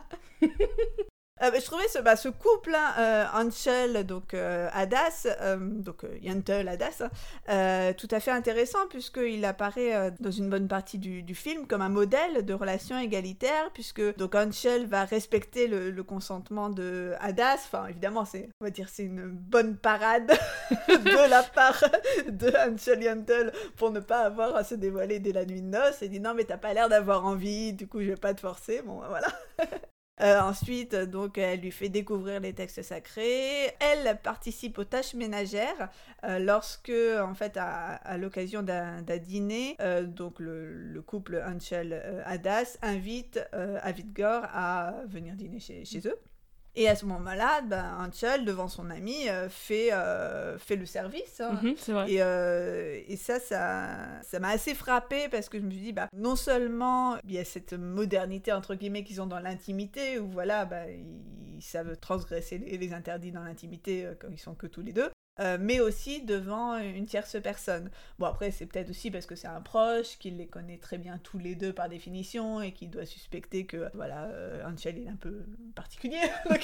Euh, je trouvais ce, bah, ce couple, hein, euh, Anshel, donc euh, Haddas, euh, donc euh, Yentl Haddas, euh, tout à fait intéressant puisqu'il apparaît euh, dans une bonne partie du, du film comme un modèle de relation égalitaire, puisque donc Anshel va respecter le, le consentement de Haddas. Enfin, évidemment, c'est, on va dire, c'est une bonne parade de la part de Anshel Yentl pour ne pas avoir à se dévoiler dès la nuit de noces et dit non mais t'as pas l'air d'avoir envie, du coup je vais pas te forcer. Bon, voilà. Euh, ensuite, donc, elle lui fait découvrir les textes sacrés. Elle participe aux tâches ménagères euh, lorsque, en fait, à, à l'occasion d'un, d'un dîner, euh, donc le, le couple Anshel-Haddas invite euh, Avigdor à venir dîner chez, chez eux. Et à ce moment-là, ben, Anshel, devant son ami, euh, fait, euh, fait le service. Hein. Mmh, c'est vrai. Et, euh, et ça, ça, ça m'a assez frappée parce que je me suis dit, bah, non seulement il y a cette modernité, entre guillemets, qu'ils ont dans l'intimité, où voilà, bah, ils, ils savent transgresser les, les interdits dans l'intimité euh, quand ils sont que tous les deux. Euh, mais aussi devant une tierce personne. Bon, après, c'est peut-être aussi parce que c'est un proche, qu'il les connaît très bien tous les deux par définition, et qu'il doit suspecter que, voilà, euh, Anshel est un peu particulier. donc,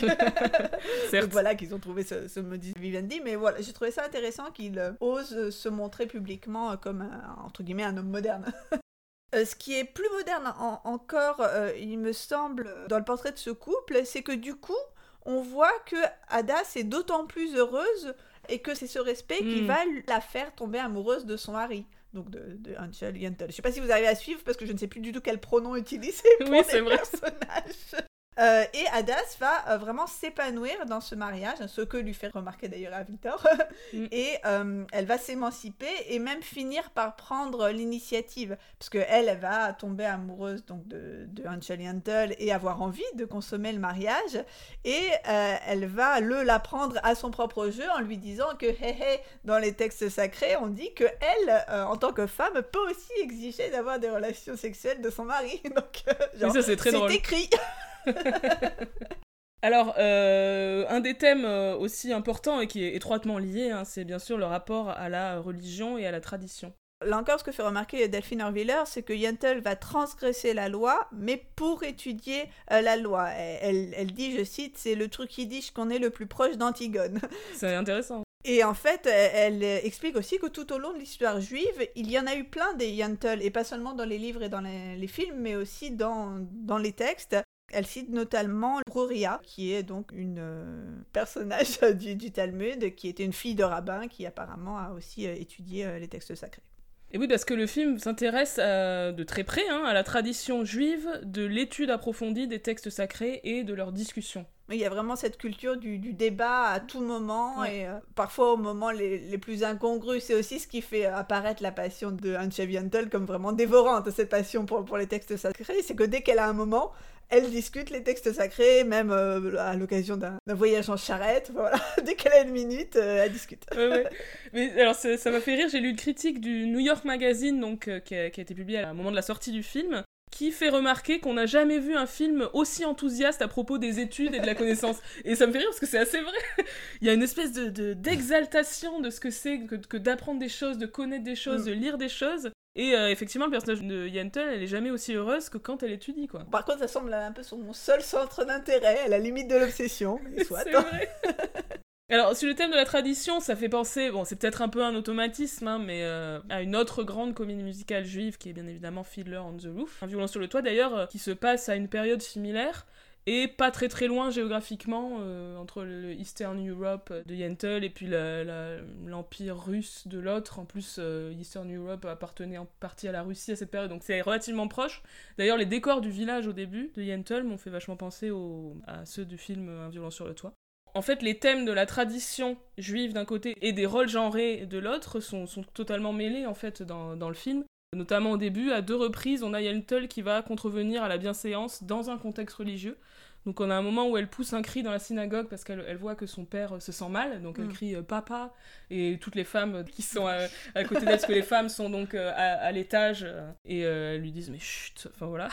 donc voilà, qu'ils ont trouvé ce, ce modus vivendi. Mais voilà, j'ai trouvé ça intéressant qu'il euh, ose se montrer publiquement comme, un, entre guillemets, un homme moderne. Euh, ce qui est plus moderne en, encore, euh, il me semble, dans le portrait de ce couple, c'est que du coup, on voit que Haddas est d'autant plus heureuse et que c'est ce respect mmh. qui va la faire tomber amoureuse de son mari, donc de, de Anshel Yentl. Je sais pas si vous arrivez à suivre, parce que je ne sais plus du tout quel pronom utiliser pour oui, les c'est vrai. personnages. Euh, et Haddas va euh, vraiment s'épanouir dans ce mariage, ce que lui fait remarquer d'ailleurs Avigdor, mm. et euh, elle va s'émanciper et même finir par prendre l'initiative, parce qu'elle, elle va tomber amoureuse donc, de, de Anshel Yentl et avoir envie de consommer le mariage, et euh, elle va le l'apprendre à son propre jeu en lui disant que hé hé, dans les textes sacrés, on dit que elle, euh, en tant que femme, peut aussi exiger d'avoir des relations sexuelles de son mari. Donc, euh, genre, ça, c'est très c'est drôle. écrit. Alors, euh, un des thèmes euh, aussi importants et qui est étroitement lié, hein, c'est bien sûr le rapport à la religion et à la tradition. Là encore, ce que fait remarquer Delphine Orviller, c'est que Yentl va transgresser la loi, mais pour étudier euh, la loi. Elle, elle, elle dit, je cite, c'est le truc yiddish qu'on est le plus proche d'Antigone. C'est intéressant. Et en fait, elle, elle explique aussi que tout au long de l'histoire juive, il y en a eu plein des Yentl, et pas seulement dans les livres et dans les, les films, mais aussi dans, dans les textes. Elle cite notamment Bruria, qui est donc une euh, personnage du, du Talmud, qui était une fille de rabbin, qui apparemment a aussi euh, étudié euh, les textes sacrés. Et oui, parce que le film s'intéresse à, de très près hein, à la tradition juive de l'étude approfondie des textes sacrés et de leur discussion. Il y a vraiment cette culture du, du débat à tout moment, ouais. et euh, parfois au moment les, les plus incongrus. C'est aussi ce qui fait apparaître la passion de Antje Yentl comme vraiment dévorante, cette passion pour, pour les textes sacrés. C'est que dès qu'elle a un moment, elle discute les textes sacrés, même euh, à l'occasion d'un, d'un voyage en charrette. Voilà. Dès qu'elle a une minute, euh, elle discute. Ouais, ouais. Mais alors, ça, ça m'a fait rire. J'ai lu une critique du New York Magazine, donc, euh, qui, a, qui a été publiée à un moment de la sortie du film, qui fait remarquer qu'on n'a jamais vu un film aussi enthousiaste à propos des études et de la connaissance. Et ça me fait rire parce que c'est assez vrai. Il y a une espèce de, de, d'exaltation de ce que c'est que, que d'apprendre des choses, de connaître des choses, mm. de lire des choses. Et euh, effectivement, le personnage de Yentl, elle est jamais aussi heureuse que quand elle étudie, quoi. Par contre, ça semble un peu son seul centre d'intérêt, à la limite de l'obsession. Mais soit. C'est vrai. Alors, sur le thème de la tradition, ça fait penser, bon, c'est peut-être un peu un automatisme, hein, mais euh, à une autre grande comédie musicale juive, qui est bien évidemment Fiddler on the Roof. Un violon sur le toit, d'ailleurs, euh, qui se passe à une période similaire, et pas très très loin géographiquement, euh, entre le Eastern Europe de Yentl et puis la, la, l'Empire russe de l'autre. En plus, euh, Eastern Europe appartenait en partie à la Russie à cette période, donc c'est relativement proche. D'ailleurs, les décors du village au début de Yentl m'ont fait vachement penser au, à ceux du film Un violon sur le toit. En fait, les thèmes de la tradition juive d'un côté et des rôles genrés de l'autre sont, sont totalement mêlés en fait dans, dans le film. Notamment au début, à deux reprises, on a Yentl qui va contrevenir à la bienséance dans un contexte religieux. Donc on a un moment où elle pousse un cri dans la synagogue parce qu'elle elle voit que son père se sent mal, donc elle mmh. crie euh, « papa » et toutes les femmes qui sont à, à côté d'elle, parce que les femmes sont donc euh, à, à l'étage, euh, et euh, elles lui disent « mais chut », enfin voilà.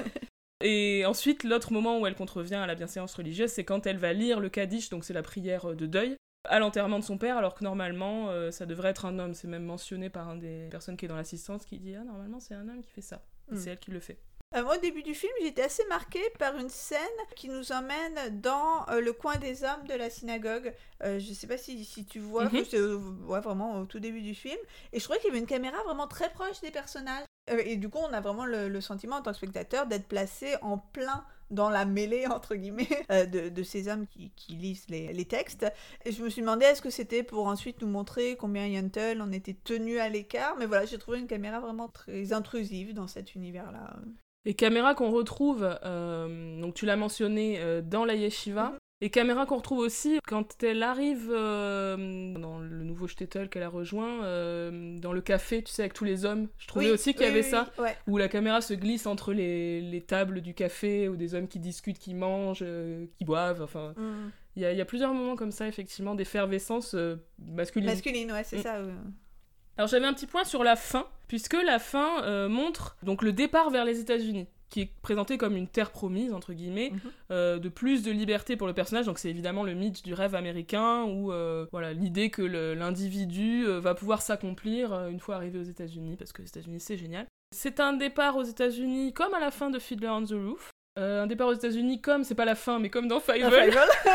Et ensuite, l'autre moment où elle contrevient à la bienséance religieuse, c'est quand elle va lire le Kaddish, donc c'est la prière de deuil, à l'enterrement de son père, alors que normalement, euh, ça devrait être un homme. C'est même mentionné par un des personnes qui est dans l'assistance qui dit « ah, normalement, c'est un homme qui fait ça. » Et mmh. c'est elle qui le fait. Euh, moi, au début du film, j'étais assez marquée par une scène qui nous emmène dans euh, le coin des hommes de la synagogue. Euh, je sais pas si, si tu vois, mm-hmm. c'est euh, ouais, vraiment au tout début du film. Et je trouvais qu'il y avait une caméra vraiment très proche des personnages. Euh, et du coup, on a vraiment le, le sentiment, en tant que spectateur, d'être placé en plein dans la mêlée, entre guillemets, euh, de, de ces hommes qui, qui lisent les, les textes. Et je me suis demandé, est-ce que c'était pour ensuite nous montrer combien Yentl en était tenu à l'écart. Mais voilà, j'ai trouvé une caméra vraiment très intrusive dans cet univers-là. Les caméras qu'on retrouve, euh, donc tu l'as mentionné, euh, dans la yeshiva, mm-hmm. les caméras qu'on retrouve aussi quand elle arrive euh, dans le nouveau shtetl qu'elle a rejoint, euh, dans le café, tu sais, avec tous les hommes. Je trouvais oui, aussi qu'il y avait oui, ça, oui, ouais. où la caméra se glisse entre les, les tables du café, ou des hommes qui discutent, qui mangent, euh, qui boivent, enfin... Mm. Il y a, il y a plusieurs moments comme ça, effectivement, d'effervescence euh, masculine. Masculine, ouais, c'est mm. ça. Ouais. Alors j'avais un petit point sur la fin, puisque la fin euh, montre donc le départ vers les États-Unis, qui est présenté comme une terre promise, entre guillemets, mm-hmm. euh, de plus de liberté pour le personnage. Donc c'est évidemment le mythe du rêve américain, où euh, voilà, l'idée que le, l'individu euh, va pouvoir s'accomplir euh, une fois arrivé aux États-Unis, parce que les États-Unis c'est génial. C'est un départ aux États-Unis comme à la fin de Fiddler on the Roof. Euh, un départ aux États-Unis comme, c'est pas la fin, mais comme dans Fievel.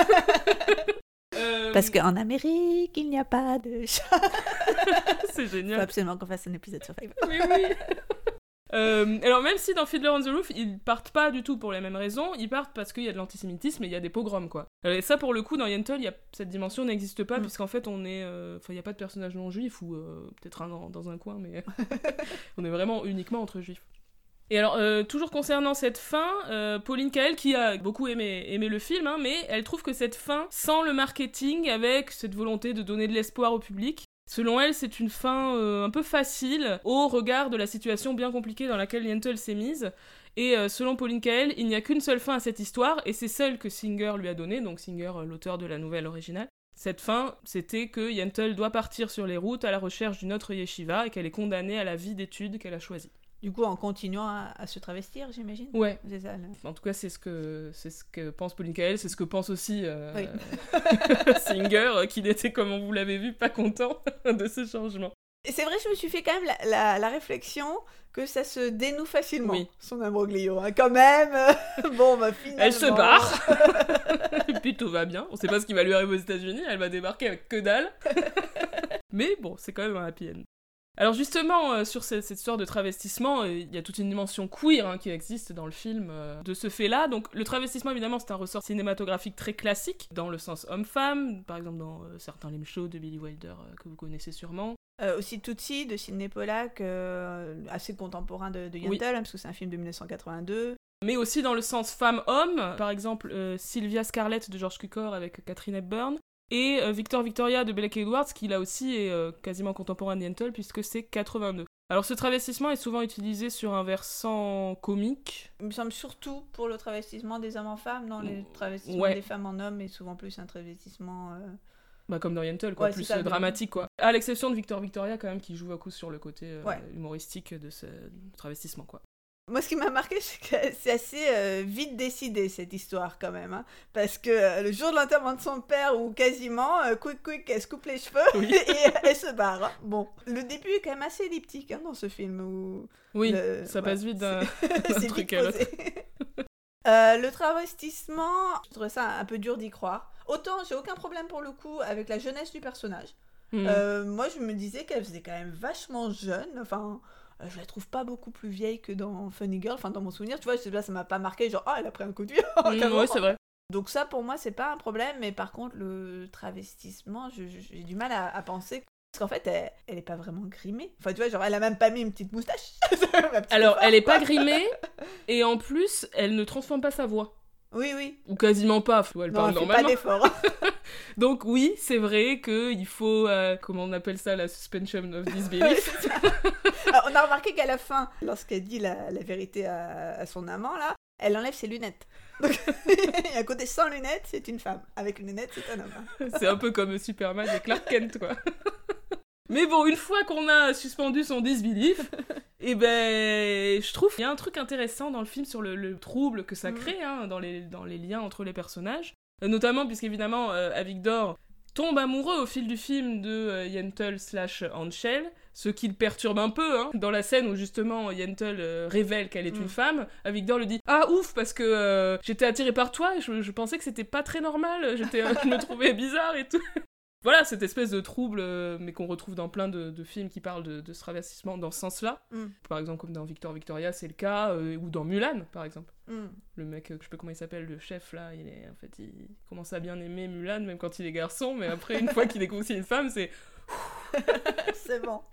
Euh... Parce qu'en Amérique, il n'y a pas de chat. C'est génial. Faut absolument qu'on fasse un épisode sur Fievel. Mais oui. euh, alors même si dans Fiddler on the Roof, ils partent pas du tout pour les mêmes raisons, ils partent parce qu'il y a de l'antisémitisme et il y a des pogroms, quoi. Et ça, pour le coup, dans Yentl, il y a... cette dimension n'existe pas, mm. puisqu'en fait, on est... Enfin, euh... il n'y a pas de personnage non juif, ou euh, peut-être un dans, dans un coin, mais on est vraiment uniquement entre juifs. Et alors, euh, toujours concernant cette fin, euh, Pauline Kael, qui a beaucoup aimé, aimé le film, hein, mais elle trouve que cette fin sent le marketing avec cette volonté de donner de l'espoir au public. Selon elle, c'est une fin euh, un peu facile au regard de la situation bien compliquée dans laquelle Yentl s'est mise. Et euh, selon Pauline Kael, il n'y a qu'une seule fin à cette histoire, et c'est celle que Singer lui a donnée, donc Singer, l'auteur de la nouvelle originale. Cette fin, c'était que Yentl doit partir sur les routes à la recherche d'une autre yeshiva, et qu'elle est condamnée à la vie d'études qu'elle a choisie. Du coup, en continuant à, à se travestir, j'imagine. Ouais. C'est ça, là. En tout cas, c'est ce que c'est ce que pense Pauline Kael, c'est ce que pense aussi euh, oui. Singer, qui n'était, comme vous l'avez vu, pas content de ce changement. Et c'est vrai, je me suis fait quand même la, la, la réflexion que ça se dénoue facilement, oui. son imbroglio. Hein. Quand même, bon, bah finalement... Elle se barre, et puis tout va bien. On sait pas ce qui va lui arriver aux États-Unis, elle va débarquer avec que dalle. Mais bon, c'est quand même un happy end. Alors justement, euh, sur cette, cette histoire de travestissement, il euh, y a toute une dimension queer hein, qui existe dans le film euh, de ce fait-là. Donc le travestissement, évidemment, c'est un ressort cinématographique très classique, dans le sens homme-femme, par exemple dans euh, certains lame shows de Billy Wilder euh, que vous connaissez sûrement. Euh, aussi Tootsie de Sidney Pollack, euh, assez contemporain de, de Yentl, oui. hein, parce que c'est un film de dix-neuf cent quatre-vingt-deux. Mais aussi dans le sens femme-homme, par exemple euh, Sylvia Scarlett de George Cukor avec Katharine Hepburn. Et euh, Victor Victoria de Blake Edwards, qui là aussi est euh, quasiment contemporain de Yentl, puisque c'est quatre-vingt-deux. Alors ce travestissement est souvent utilisé sur un versant comique. Il me semble surtout pour le travestissement des hommes en femmes, non, le travestissement ouais. des femmes en hommes est souvent plus un travestissement... Euh... Bah comme dans Yentl, quoi, ouais, plus ça, euh, dramatique, quoi. À l'exception de Victor Victoria, quand même, qui joue beaucoup sur le côté euh, ouais. humoristique de ce travestissement, quoi. Moi, ce qui m'a marqué, c'est que c'est assez euh, vite décidé, cette histoire, quand même. Hein, parce que euh, le jour de l'enterrement de son père, ou quasiment, euh, quick, quick, elle se coupe les cheveux oui. et elle se barre. Hein. Bon, le début est quand même assez elliptique hein, dans ce film. Où oui, le... ça ouais, passe vite d'un, d'un truc à l'autre. euh, le travestissement, je trouvais ça un peu dur d'y croire. Autant, j'ai aucun problème pour le coup avec la jeunesse du personnage. Mmh. Euh, moi, je me disais qu'elle faisait quand même vachement jeune. Enfin... je la trouve pas beaucoup plus vieille que dans Funny Girl, enfin dans mon souvenir, tu vois, là ça m'a pas marqué, genre ah elle a pris un coup de vieux. Mmh, ouais, c'est vrai. Donc ça pour moi c'est pas un problème, mais par contre le travestissement, je, je, j'ai du mal à, à penser, parce qu'en fait elle, elle est pas vraiment grimée. Enfin tu vois, genre elle a même pas mis une petite moustache. Alors femme, elle est quoi. Pas grimée, et en plus elle ne transforme pas sa voix. Oui, oui. Ou quasiment pas, elle non, parle elle normalement. Fait pas d'effort. Donc oui, c'est vrai qu'il faut, euh, comment on appelle ça, la suspension of disbelief. Alors, on a remarqué qu'à la fin, lorsqu'elle dit la, la vérité à, à son amant, là, elle enlève ses lunettes. Donc, à côté sans lunettes, c'est une femme. Avec une lunette, c'est un homme. C'est un peu comme Superman et Clark Kent, quoi. Mais bon, une fois qu'on a suspendu son disbelief, et eh ben, je trouve qu'il y a un truc intéressant dans le film sur le, le trouble que ça crée, hein, dans, les, dans les liens entre les personnages. Euh, notamment, puisqu'évidemment, euh, Avigdor tombe amoureux au fil du film de euh, Yentl slash Anshel, ce qui le perturbe un peu, hein. Dans la scène où justement Yentl euh, révèle qu'elle est mm. une femme, Avigdor lui dit « Ah ouf, parce que euh, j'étais attiré par toi, et je, je pensais que c'était pas très normal, j'étais, euh, je me trouvais bizarre et tout. » Voilà, cette espèce de trouble, euh, mais qu'on retrouve dans plein de, de films qui parlent de, de ce travestissement dans ce sens-là. Mm. Par exemple, comme dans Victor Victoria, c'est le cas, euh, ou dans Mulan, par exemple. Mm. Le mec, euh, je sais pas comment il s'appelle, le chef, là, il est, en fait, il commence à bien aimer Mulan, même quand il est garçon, mais après, une fois qu'il découvre qu'il est une femme, c'est... c'est bon.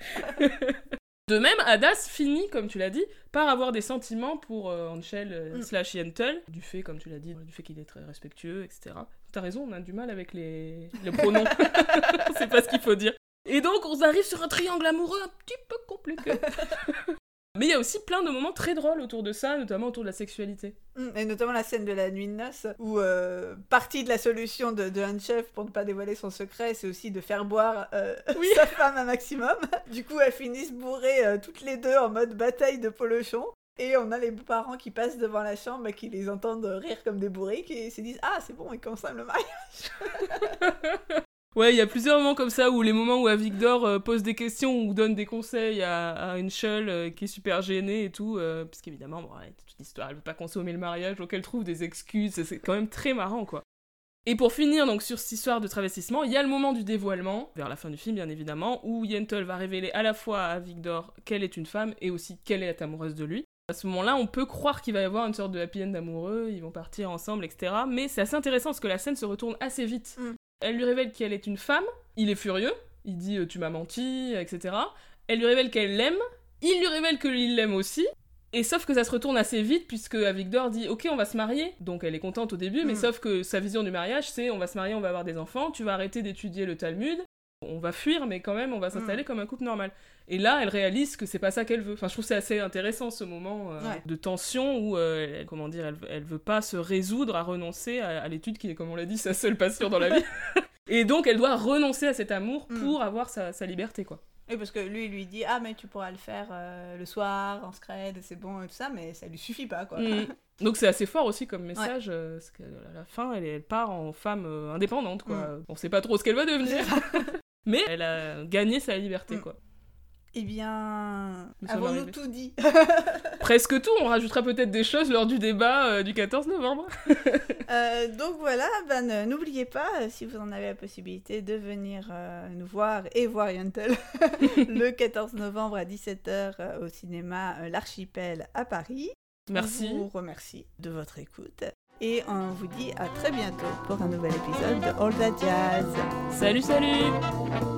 De même, Hadas finit, comme tu l'as dit, par avoir des sentiments pour euh, Anshel euh, mm. slash Yentl, du fait, comme tu l'as dit, du fait qu'il est très respectueux, et cetera. T'as raison, on a du mal avec les, les pronoms. C'est pas ce qu'il faut dire. Et donc, on arrive sur un triangle amoureux un petit peu compliqué. Mais il y a aussi plein de moments très drôles autour de ça, notamment autour de la sexualité. Et notamment la scène de la nuit de noces, où euh, partie de la solution de, de un chef pour ne pas dévoiler son secret, c'est aussi de faire boire euh, oui. sa femme un maximum. Du coup, elles finissent bourrées euh, toutes les deux en mode bataille de polochon. Et on a les parents qui passent devant la chambre et qui les entendent rire comme des bourriques et se disent « Ah, c'est bon, ils consomment le mariage !» Ouais, il y a plusieurs moments comme ça, où les moments où Avigdor euh, pose des questions ou donne des conseils à, à Anshel euh, qui est super gênée et tout, euh, puisqu'évidemment, bon, ouais, toute l'histoire, elle veut pas consommer le mariage, donc elle trouve des excuses, c'est quand même très marrant, quoi. Et pour finir, donc, sur cette histoire de travestissement, il y a le moment du dévoilement, vers la fin du film, bien évidemment, où Yentl va révéler à la fois à Avigdor qu'elle est une femme et aussi qu'elle est amoureuse de lui. À ce moment-là, on peut croire qu'il va y avoir une sorte de happy end amoureux, ils vont partir ensemble, et cetera. Mais c'est assez intéressant parce que la scène se retourne assez vite. Mm. Elle lui révèle qu'elle est une femme, il est furieux, il dit « tu m'as menti », et cetera. Elle lui révèle qu'elle l'aime, il lui révèle qu'il l'aime aussi, et sauf que ça se retourne assez vite puisque Avigdor dit « ok, on va se marier », donc elle est contente au début, mm. mais sauf que sa vision du mariage, c'est « on va se marier, on va avoir des enfants, tu vas arrêter d'étudier le Talmud ». On va fuir, mais quand même, on va s'installer mmh. comme un couple normal. Et là, elle réalise que c'est pas ça qu'elle veut. Enfin, je trouve que c'est assez intéressant, ce moment euh, ouais. de tension où, euh, elle, comment dire, elle, elle veut pas se résoudre à renoncer à, à l'étude qui est, comme on l'a dit, sa seule passion dans la vie. Et donc, elle doit renoncer à cet amour mmh. pour avoir sa, sa liberté, quoi. Oui, parce que lui, il lui dit « Ah, mais tu pourras le faire euh, le soir, en scred, c'est bon, et tout ça », mais ça lui suffit pas, quoi. Mmh. Donc c'est assez fort aussi comme message, ouais. euh, parce qu'à la fin, elle, elle part en femme euh, indépendante, quoi. Mmh. On sait pas trop ce qu'elle va devenir. Mais elle a gagné sa liberté, mmh. quoi. Eh bien, Nous sommes avons-nous arrivés. tout dit? Presque tout, on rajoutera peut-être des choses lors du débat euh, du quatorze novembre. Euh, donc voilà, ben, euh, n'oubliez pas, euh, si vous en avez la possibilité, de venir euh, nous voir et voir Yentl le quatorze novembre à dix-sept heures euh, au cinéma euh, L'Archipel à Paris. Merci. On vous remercie de votre écoute et on vous dit à très bientôt pour un nouvel épisode de All That Jazz. Salut, salut!